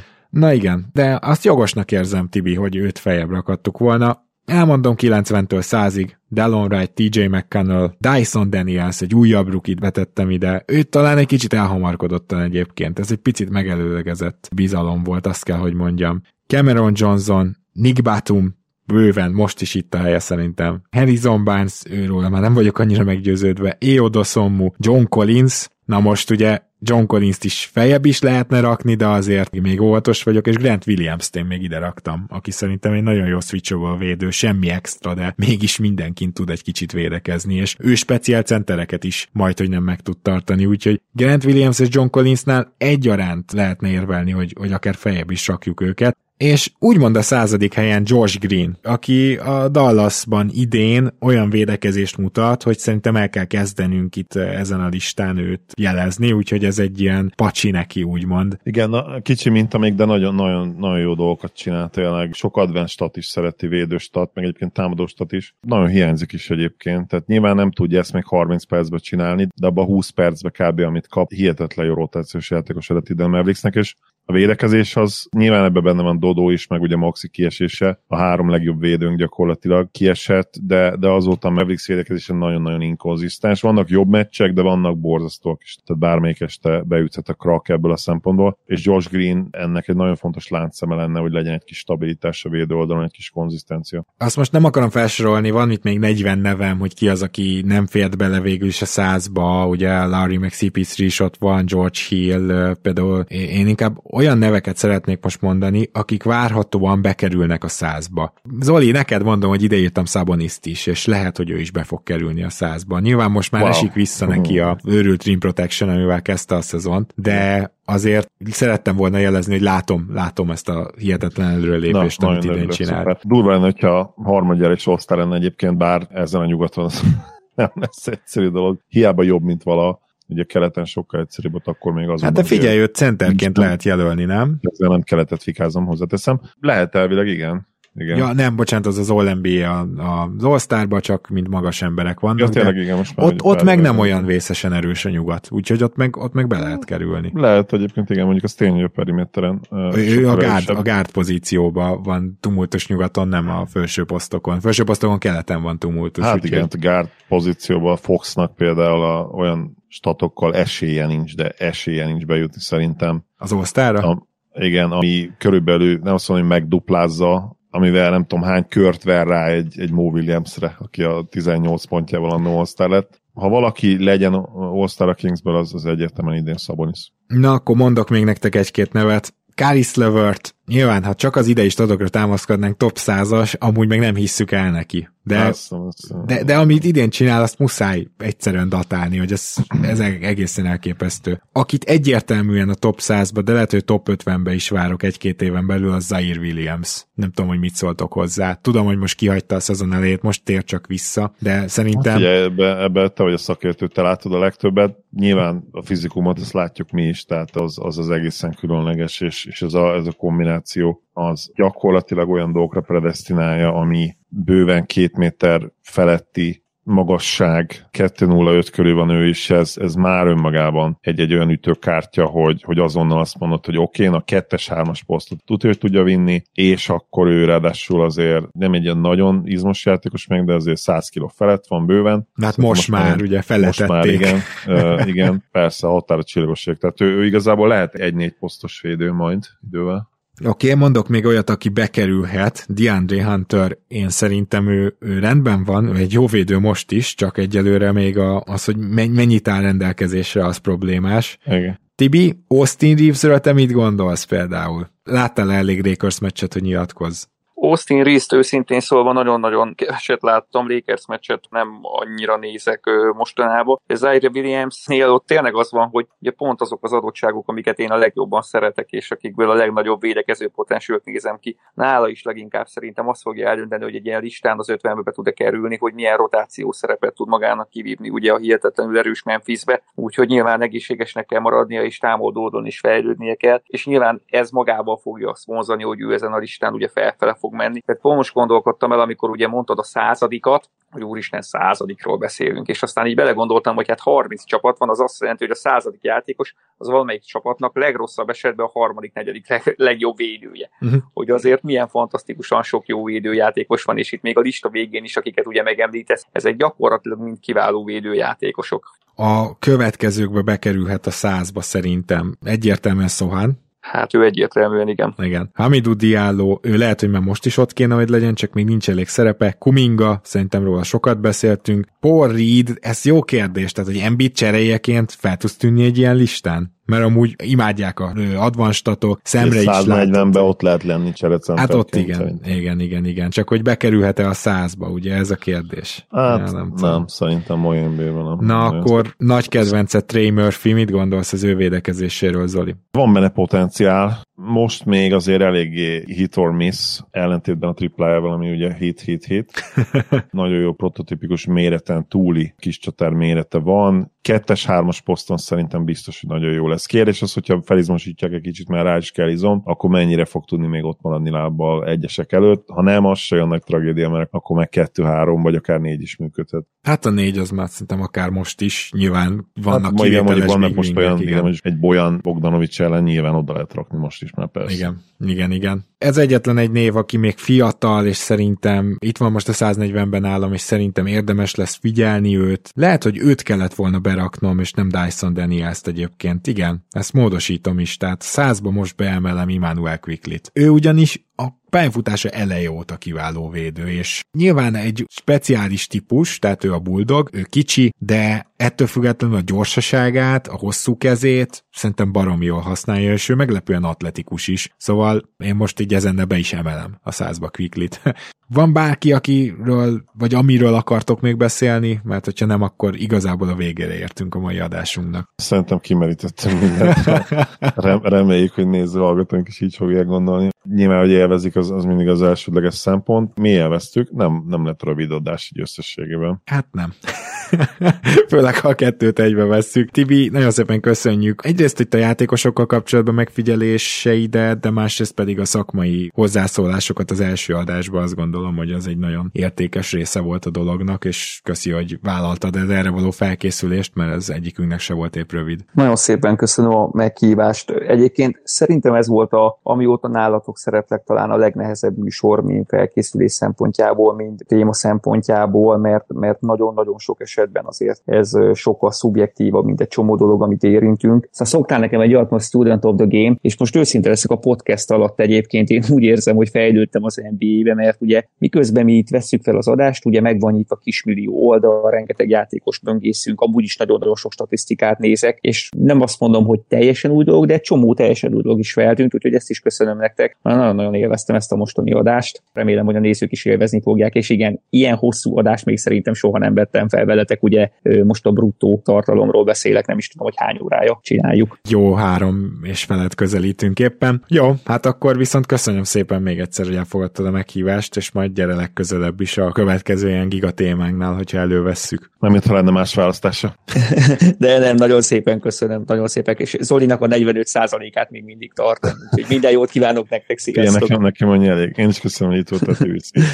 S2: Na igen, de azt jogosnak érzem, Tibi, hogy őt feljebb rakadtuk volna. Elmondom kilencventől százig, Delon Wright, té jé McConnell, Dyson Daniels, egy újabb rukit vetettem ide. Őt talán egy kicsit elhamarkodottan egyébként, ez egy picit megelőlegezett bizalom volt, azt kell, hogy mondjam. Cameron Johnson, Nick Batum, bőven, most is itt a helye szerintem. Harrison Barnes, őróla már nem vagyok annyira meggyőződve, Ayo Dosunmu, John Collins, na most ugye John Collins-t is feljebb is lehetne rakni, de azért még óvatos vagyok, és Grant Williams-t én még ide raktam, aki szerintem egy nagyon jó switchable védő, semmi extra, de mégis mindenkin tud egy kicsit védekezni, és ő speciál centereket is majd, hogy nem meg tud tartani, úgyhogy Grant Williams és John Collinsnál egyaránt lehetne érvelni, hogy, hogy akár feljebb is rakjuk őket. és úgymond a századik helyen Josh Green, aki a Dallasban idén olyan védekezést mutat, hogy szerintem el kell kezdenünk itt ezen a listán őt jelezni, úgyhogy ez egy ilyen pacsi neki, úgymond.
S3: Igen, na, kicsi minta még, de nagyon, nagyon, nagyon jó dolgokat csinál tényleg. Sok advanced stat is szereti, védőstat, meg egyébként támadóstat is. Nagyon hiányzik is egyébként, tehát nyilván nem tudja ezt még harminc percben csinálni, de abban húsz percben kb. Amit kap, hihetetlen jó rotációs játékos eredeti ide Mavericksnek, és a védekezés az nyilván ebben benne van Dodo is, meg ugye Maxi kiesése, a három legjobb védőnk gyakorlatilag kiesett, de, de azóta a Mavericks védekezésen nagyon-nagyon inkonzisztens. Vannak jobb meccsek, de vannak borzasztóak is, tehát bármelyik este beüthet a krak ebből a szempontból, és Josh Green ennek egy nagyon fontos láncszeme lenne, hogy legyen egy kis stabilitás a védő oldalon, egy kis konzisztencia.
S2: Azt most nem akarom felsorolni, van itt még negyven nevem, hogy ki az, aki nem fért bele végül is a százba, ugye Larry meg cé pé három is ott van, George Hill, például én inkább olyan neveket szeretnék most mondani, akik várhatóan bekerülnek a százba. Zoli, neked mondom, hogy ideírtam Szaboniszt is, és lehet, hogy ő is be fog kerülni a százba. Nyilván most már wow. esik vissza neki a őrült rim protection, amivel kezdte a szezont, de azért szerettem volna jelezni, hogy látom, látom ezt a hihetetlen előrelépést, amit idén csinál.
S3: Durva lenne, hogyha harmadjára is osztál lenne egyébként, bár ezen a nyugaton nem lesz egyszerű dolog. Hiába jobb, mint vala. Ugye keleten sokkal egyszerűbb, ott akkor még az.
S2: Hát de figyelj, őt centerként lehet jelölni, nem?
S3: Ezzel nem keletet fikázom, hozzáteszem. Lehet elvileg, igen. Igen.
S2: Ja, nem, bocsánat, az az All-en bé á az All-Starban, csak mint magas emberek vannak.
S3: Ja, tényleg, igen, most
S2: ott ott meg nem olyan vészesen erős a nyugat, úgyhogy ott meg, ott meg be lehet kerülni.
S3: Lehet egyébként, igen, mondjuk az tényleg a periméteren.
S2: Ő a guard, a guard pozícióban van tumultus nyugaton, nem a felső posztokon. Felső posztokon keleten van tumultus.
S3: Hát igen, a guard pozícióban a Foxnak például a, olyan statokkal esélye nincs, de esélye nincs bejutni szerintem.
S2: Az All-Starra?
S3: Igen, ami körülbelül, nem azt mondom, hogy megduplázza, amivel nem tudom hány kört ver rá egy, egy Mo Williamsre, aki a tizennyolc pontjával annó All-Star lett. Ha valaki legyen All-Star a Kingsből, az, az egyértelműen idén Sabonis.
S2: Na, akkor mondok még nektek egy-két nevet. Caris LeVert, nyilván, ha csak az idei statokra támaszkodnánk, top százas, amúgy meg nem hisszük el neki. De,
S3: azt, azt,
S2: de, de amit idén csinál, azt muszáj egyszerűen datálni, hogy ez, ez egészen elképesztő. Akit egyértelműen a top százba, de lehet, hogy top ötvenbe is várok egy-két éven belül, az Zaire Williams. Nem tudom, hogy mit szóltok hozzá. Tudom, hogy most kihagyta a szezon elejét, most tér csak vissza, de szerintem... Hát,
S3: ugye, ebbe, ebbe te vagy a szakértő, te látod a legtöbbet. Nyilván a fizikumot, ezt látjuk mi is, tehát az az, az egészen különleges, és, és ez, a, ez a kombináció az gyakorlatilag olyan dolgokra predesztinálja, ami bőven két méter feletti magasság, kettő nulla öt körül van ő is, ez, ez már önmagában egy-egy olyan ütőkártya, hogy, hogy azonnal azt mondod, hogy oké, okay, a kettes-hármas posztot tudja, hogy tudja vinni, és akkor ő ráadásul azért nem egy ilyen nagyon izmos játékos meg, de azért száz kiló felett van bőven.
S2: Hát szóval most, most már, már ugye feletették.
S3: Most már, igen, uh, igen, persze, a határa csillagosság. Tehát ő, ő igazából lehet egy-négy posztos védő majd idővel.
S2: Oké, okay, mondok még olyat, aki bekerülhet, DeAndre Hunter, én szerintem ő, ő rendben van, ő egy jó védő most is, csak egyelőre még a, az, hogy mennyit áll rendelkezésre, az problémás.
S3: Igen.
S2: Tibi, Austin Reevesről te mit gondolsz például? Láttál elég Lakers meccset, hogy nyilatkozz?
S4: Austin Reeves-t őszintén szólva nagyon-nagyon keveset láttam, Lakers meccset nem annyira nézek mostanában. Zaire Williamsnél ott tényleg az van, hogy ugye pont azok az adottságok, amiket én a legjobban szeretek, és akikből a legnagyobb védekező potenciált nézem ki. Nála is leginkább szerintem azt fogja eldönteni, hogy egy ilyen listán az ötvenbe be tud-e kerülni, hogy milyen rotáció szerepet tud magának kivívni ugye a hihetetlenül erős Memphisbe. Úgyhogy nyilván egészségesnek kell maradnia, és támadódon is fejlődnie kell, és nyilván ez magában fogja azt vonzani, hogy ő ezen a listán ugye felfele fog menni. Tehát most gondolkodtam el, amikor ugye mondtad a századikat, hogy úristen, századikról beszélünk, és aztán így belegondoltam, hogy hát harminc csapat van, az azt jelenti, hogy a századik játékos az valamelyik csapatnak legrosszabb esetben a harmadik, negyedik leg, legjobb védője. Uh-huh. Hogy azért milyen fantasztikusan sok jó védőjátékos van, és itt még a lista végén is, akiket ugye megemlítesz, ezek gyakorlatilag mind kiváló védőjátékosok.
S2: A következőkbe bekerülhet a százba szerintem. Egyértelműen Sohan.
S4: Hát ő egyértelműen, igen.
S2: Igen. Hamidou Diallo, ő lehet, hogy már most is ott kéne, hogy legyen, csak még nincs elég szerepe. Kuminga, szerintem róla sokat beszéltünk. Paul Reed, ez jó kérdés, tehát, hogy Embiid cseréljeként fel tudsz tűnni egy ilyen listán? Mert amúgy imádják a advanstatok, szemre is látod.
S3: száznegyvenben ott lehet lenni cserecentert.
S2: Hát ott igen, szerint. igen, igen, igen. Csak hogy bekerülhet-e a százba, ugye ez a kérdés.
S3: Hát ja, nem, nem szerintem olyan bőven nem.
S2: Na akkor nagy kedvence Trey Murphy, mit gondolsz az ő védekezéséről, Zoli?
S3: Van benne potenciál, most még azért eléggé hit or miss, ellentétben a triplájával, ami ugye hit, hit, hit. Nagyon jó prototipikus méreten túli kis csatár mérete van. Kettes, hármas poszton szerintem biztos, hogy nagyon jó lesz. Kérdés az, hogyha felizmosítják egy kicsit, mert rá is kell izom, akkor mennyire fog tudni még ott maradni lábbal egyesek előtt. Ha nem, az se jön nagy tragédia, mert akkor meg kettő, három, vagy akár négy is működhet.
S2: Hát a négy az már szerintem akár most is, nyilván vannak hát,
S3: kivételes igen, vannak most olyan, igen. Igen, egy Bojan Bogdanovics ellen nyilván oda lehet rakni most is már persze.
S2: Igen, igen, igen. Ez egyetlen egy név, aki még fiatal, és szerintem itt van most a száznegyvenben állam, és szerintem érdemes lesz figyelni őt. Lehet, hogy őt kellett volna beraknom, és nem Dyson Daniels-t egyébként. Igen, ezt módosítom is, tehát százba most beemelem Immanuel Quickley-t. Ő ugyanis a pályafutása eleje óta kiváló védő, és nyilván egy speciális típus, tehát ő a bulldog, ő kicsi, de ettől függetlenül a gyorsaságát, a hosszú kezét szerintem baromi jól használja, és ő meglepően atletikus is, szóval én most így ezen be is emelem a százba Quickley-t. Van bárki, akiről, vagy amiről akartok még beszélni? Mert hogyha nem, akkor igazából a végére értünk a mai adásunknak.
S3: Szerintem kimerítettünk mindent. Rem- reméljük, hogy néző hallgatóink is így fogják gondolni. Nyilván, hogy élvezik, az, az mindig az elsődleges szempont. Mi élveztük, nem, nem lett rövid adás így összességében.
S2: Hát nem. Főleg, ha a kettőt egybe vesszük. Tibi, nagyon szépen köszönjük. Egyrészt itt a játékosokkal kapcsolatban megfigyeléseidet, de másrészt pedig a szakmai hozzászólásokat az első adásban. Azt gondolom, hogy az egy nagyon értékes része volt a dolognak, és köszi, hogy vállaltad ez erre való felkészülést, mert ez egyikünknek se volt épp rövid.
S4: Nagyon szépen köszönöm a meghívást. Egyébként szerintem ez volt a, amióta nálatok szereplek, talán a legnehezebb műsor, mint felkészülés szempontjából, mint téma szempontjából, mert, mert nagyon-nagyon sok esetben azért ez sokkal szubjektívabb, mint egy csomó dolog, amit érintünk. Szóval szoktál nekem egy olyat, Student of the Game, és most őszinte leszek, a podcast alatt egyébként én úgy érzem, hogy fejlődtem az en bé á-be, mert ugye miközben mi itt vesszük fel az adást, ugye megvan itt a kismillió oldal, rengeteg játékos böngészünk, amúgy is nagyon-nagyon sok statisztikát nézek, és nem azt mondom, hogy teljesen új dolog, de egy csomó teljesen új dolog is feltűnt, úgyhogy ezt is köszönöm nektek. Nagyon-nagyon élveztem ezt a mostani adást. Remélem, hogy a nézők is élvezni fogják, és igen, ilyen hosszú adást még szerintem soha nem vettem fel veletek, ugye most a bruttó tartalomról beszélek, nem is tudom, hogy hány órája csináljuk.
S2: Jó, három és felett közelítünk éppen. Jó, hát akkor viszont köszönöm szépen még egyszer, hogy elfogadtad a meghívást, és majd gyere legközelebb is a következő ilyen giga témánknál, hogyha elővesszük.
S3: Nem, mintha lenne más választása.
S4: De nem, nagyon szépen köszönöm, nagyon szépen, és Zolinak a negyvenöt százalékát még mindig tart. Úgyhogy minden jót kívánok nektek, sziasztok!
S3: Igen, nekem, nekem annyi elég. Én is köszönöm, hogy itt voltál,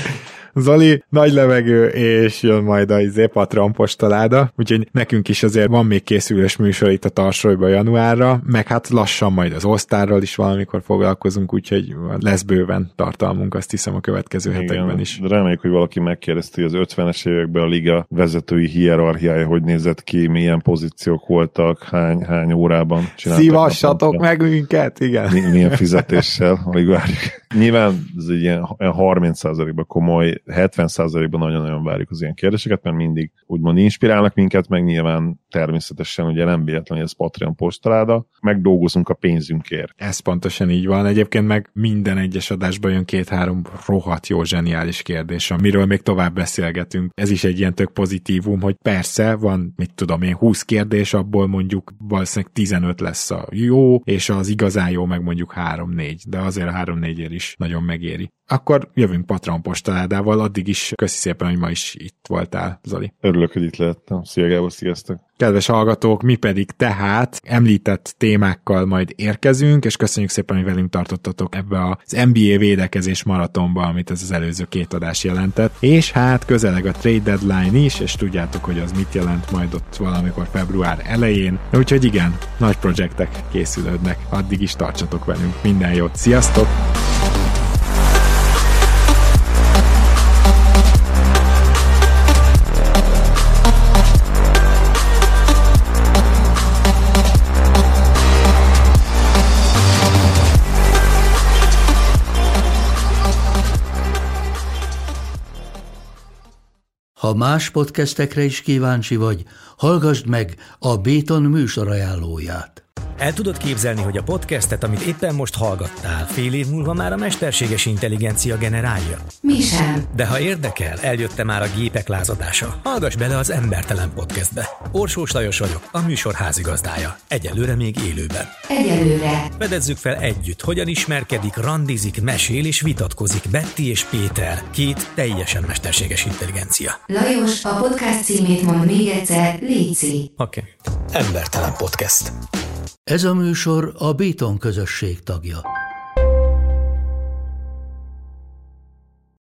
S2: Zoli, nagy levegő, és jön majd a izé Patreon postaláda, úgyhogy nekünk is azért van még készülős műsor itt a Tarsolyba januárra, meg hát lassan majd az All-Starral is valamikor foglalkozunk, úgyhogy lesz bőven tartalmunk, azt hiszem a következő igen, hetekben is.
S3: Reméljük, hogy valaki megkérdezte, hogy az ötvenes években a liga vezetői hierarchiája hogy nézett ki, milyen pozíciók voltak, hány, hány órában csináltak.
S2: Szívassatok meg minket, igen.
S3: Milyen fizetéssel, alig várjuk. Nyilván ez egy ilyen harminc százalékban komoly, hetven százalékban nagyon-nagyon várjuk az ilyen kérdéseket, mert mindig úgymond inspirálnak minket, meg nyilván természetesen ugye nem véletlen, hogy ez Patreon postaláda, megdolgozunk a pénzünkért.
S2: Ez pontosan így van. Egyébként meg minden egyes adásban jön két-három rohadt jó, zseniális kérdés, amiről még tovább beszélgetünk. Ez is egy ilyen tök pozitívum, hogy persze van, mit tudom én, húsz kérdés, abból mondjuk valószínűleg tizenöt lesz a jó, és az igazán jó meg mondjuk három-négy, de azért a három-négyért is nagyon megéri. Akkor jövünk Patreon postaládával, addig is köszi szépen, hogy ma is itt voltál, Zoli.
S3: Örülök, hogy itt lehettem. Szia Gábor, sziasztok!
S2: Kedves hallgatók, mi pedig tehát említett témákkal majd érkezünk, és köszönjük szépen, hogy velünk tartottatok ebbe az en bé á védekezés maratonba, amit ez az előző két adás jelentett. És hát közeleg a trade deadline is, és tudjátok, hogy az mit jelent majd ott valamikor február elején. Úgyhogy igen, nagy projektek készülődnek. Addig is tartsatok velünk. Minden jót, sziasztok!
S5: Ha más podcastekre is kíváncsi vagy, hallgassd meg a Béton műsor ajánlóját. El tudod képzelni, hogy a podcastet, amit éppen most hallgattál, fél év múlva már a mesterséges intelligencia generálja?
S6: Mi sem.
S5: De ha érdekel, eljött már a gépek lázadása. Hallgass bele az Embertelen Podcastbe. Orsós Lajos vagyok, a műsor házigazdája. Egyelőre még élőben.
S6: Egyelőre.
S5: Fedezzük fel együtt, hogyan ismerkedik, randizik, mesél és vitatkozik Betty és Péter, két teljesen mesterséges intelligencia.
S6: Lajos, a podcast címét mond még egyszer, léci.
S5: Oké. Okay. Embertelen Podcast.
S7: Ez a műsor a Béton közösség tagja.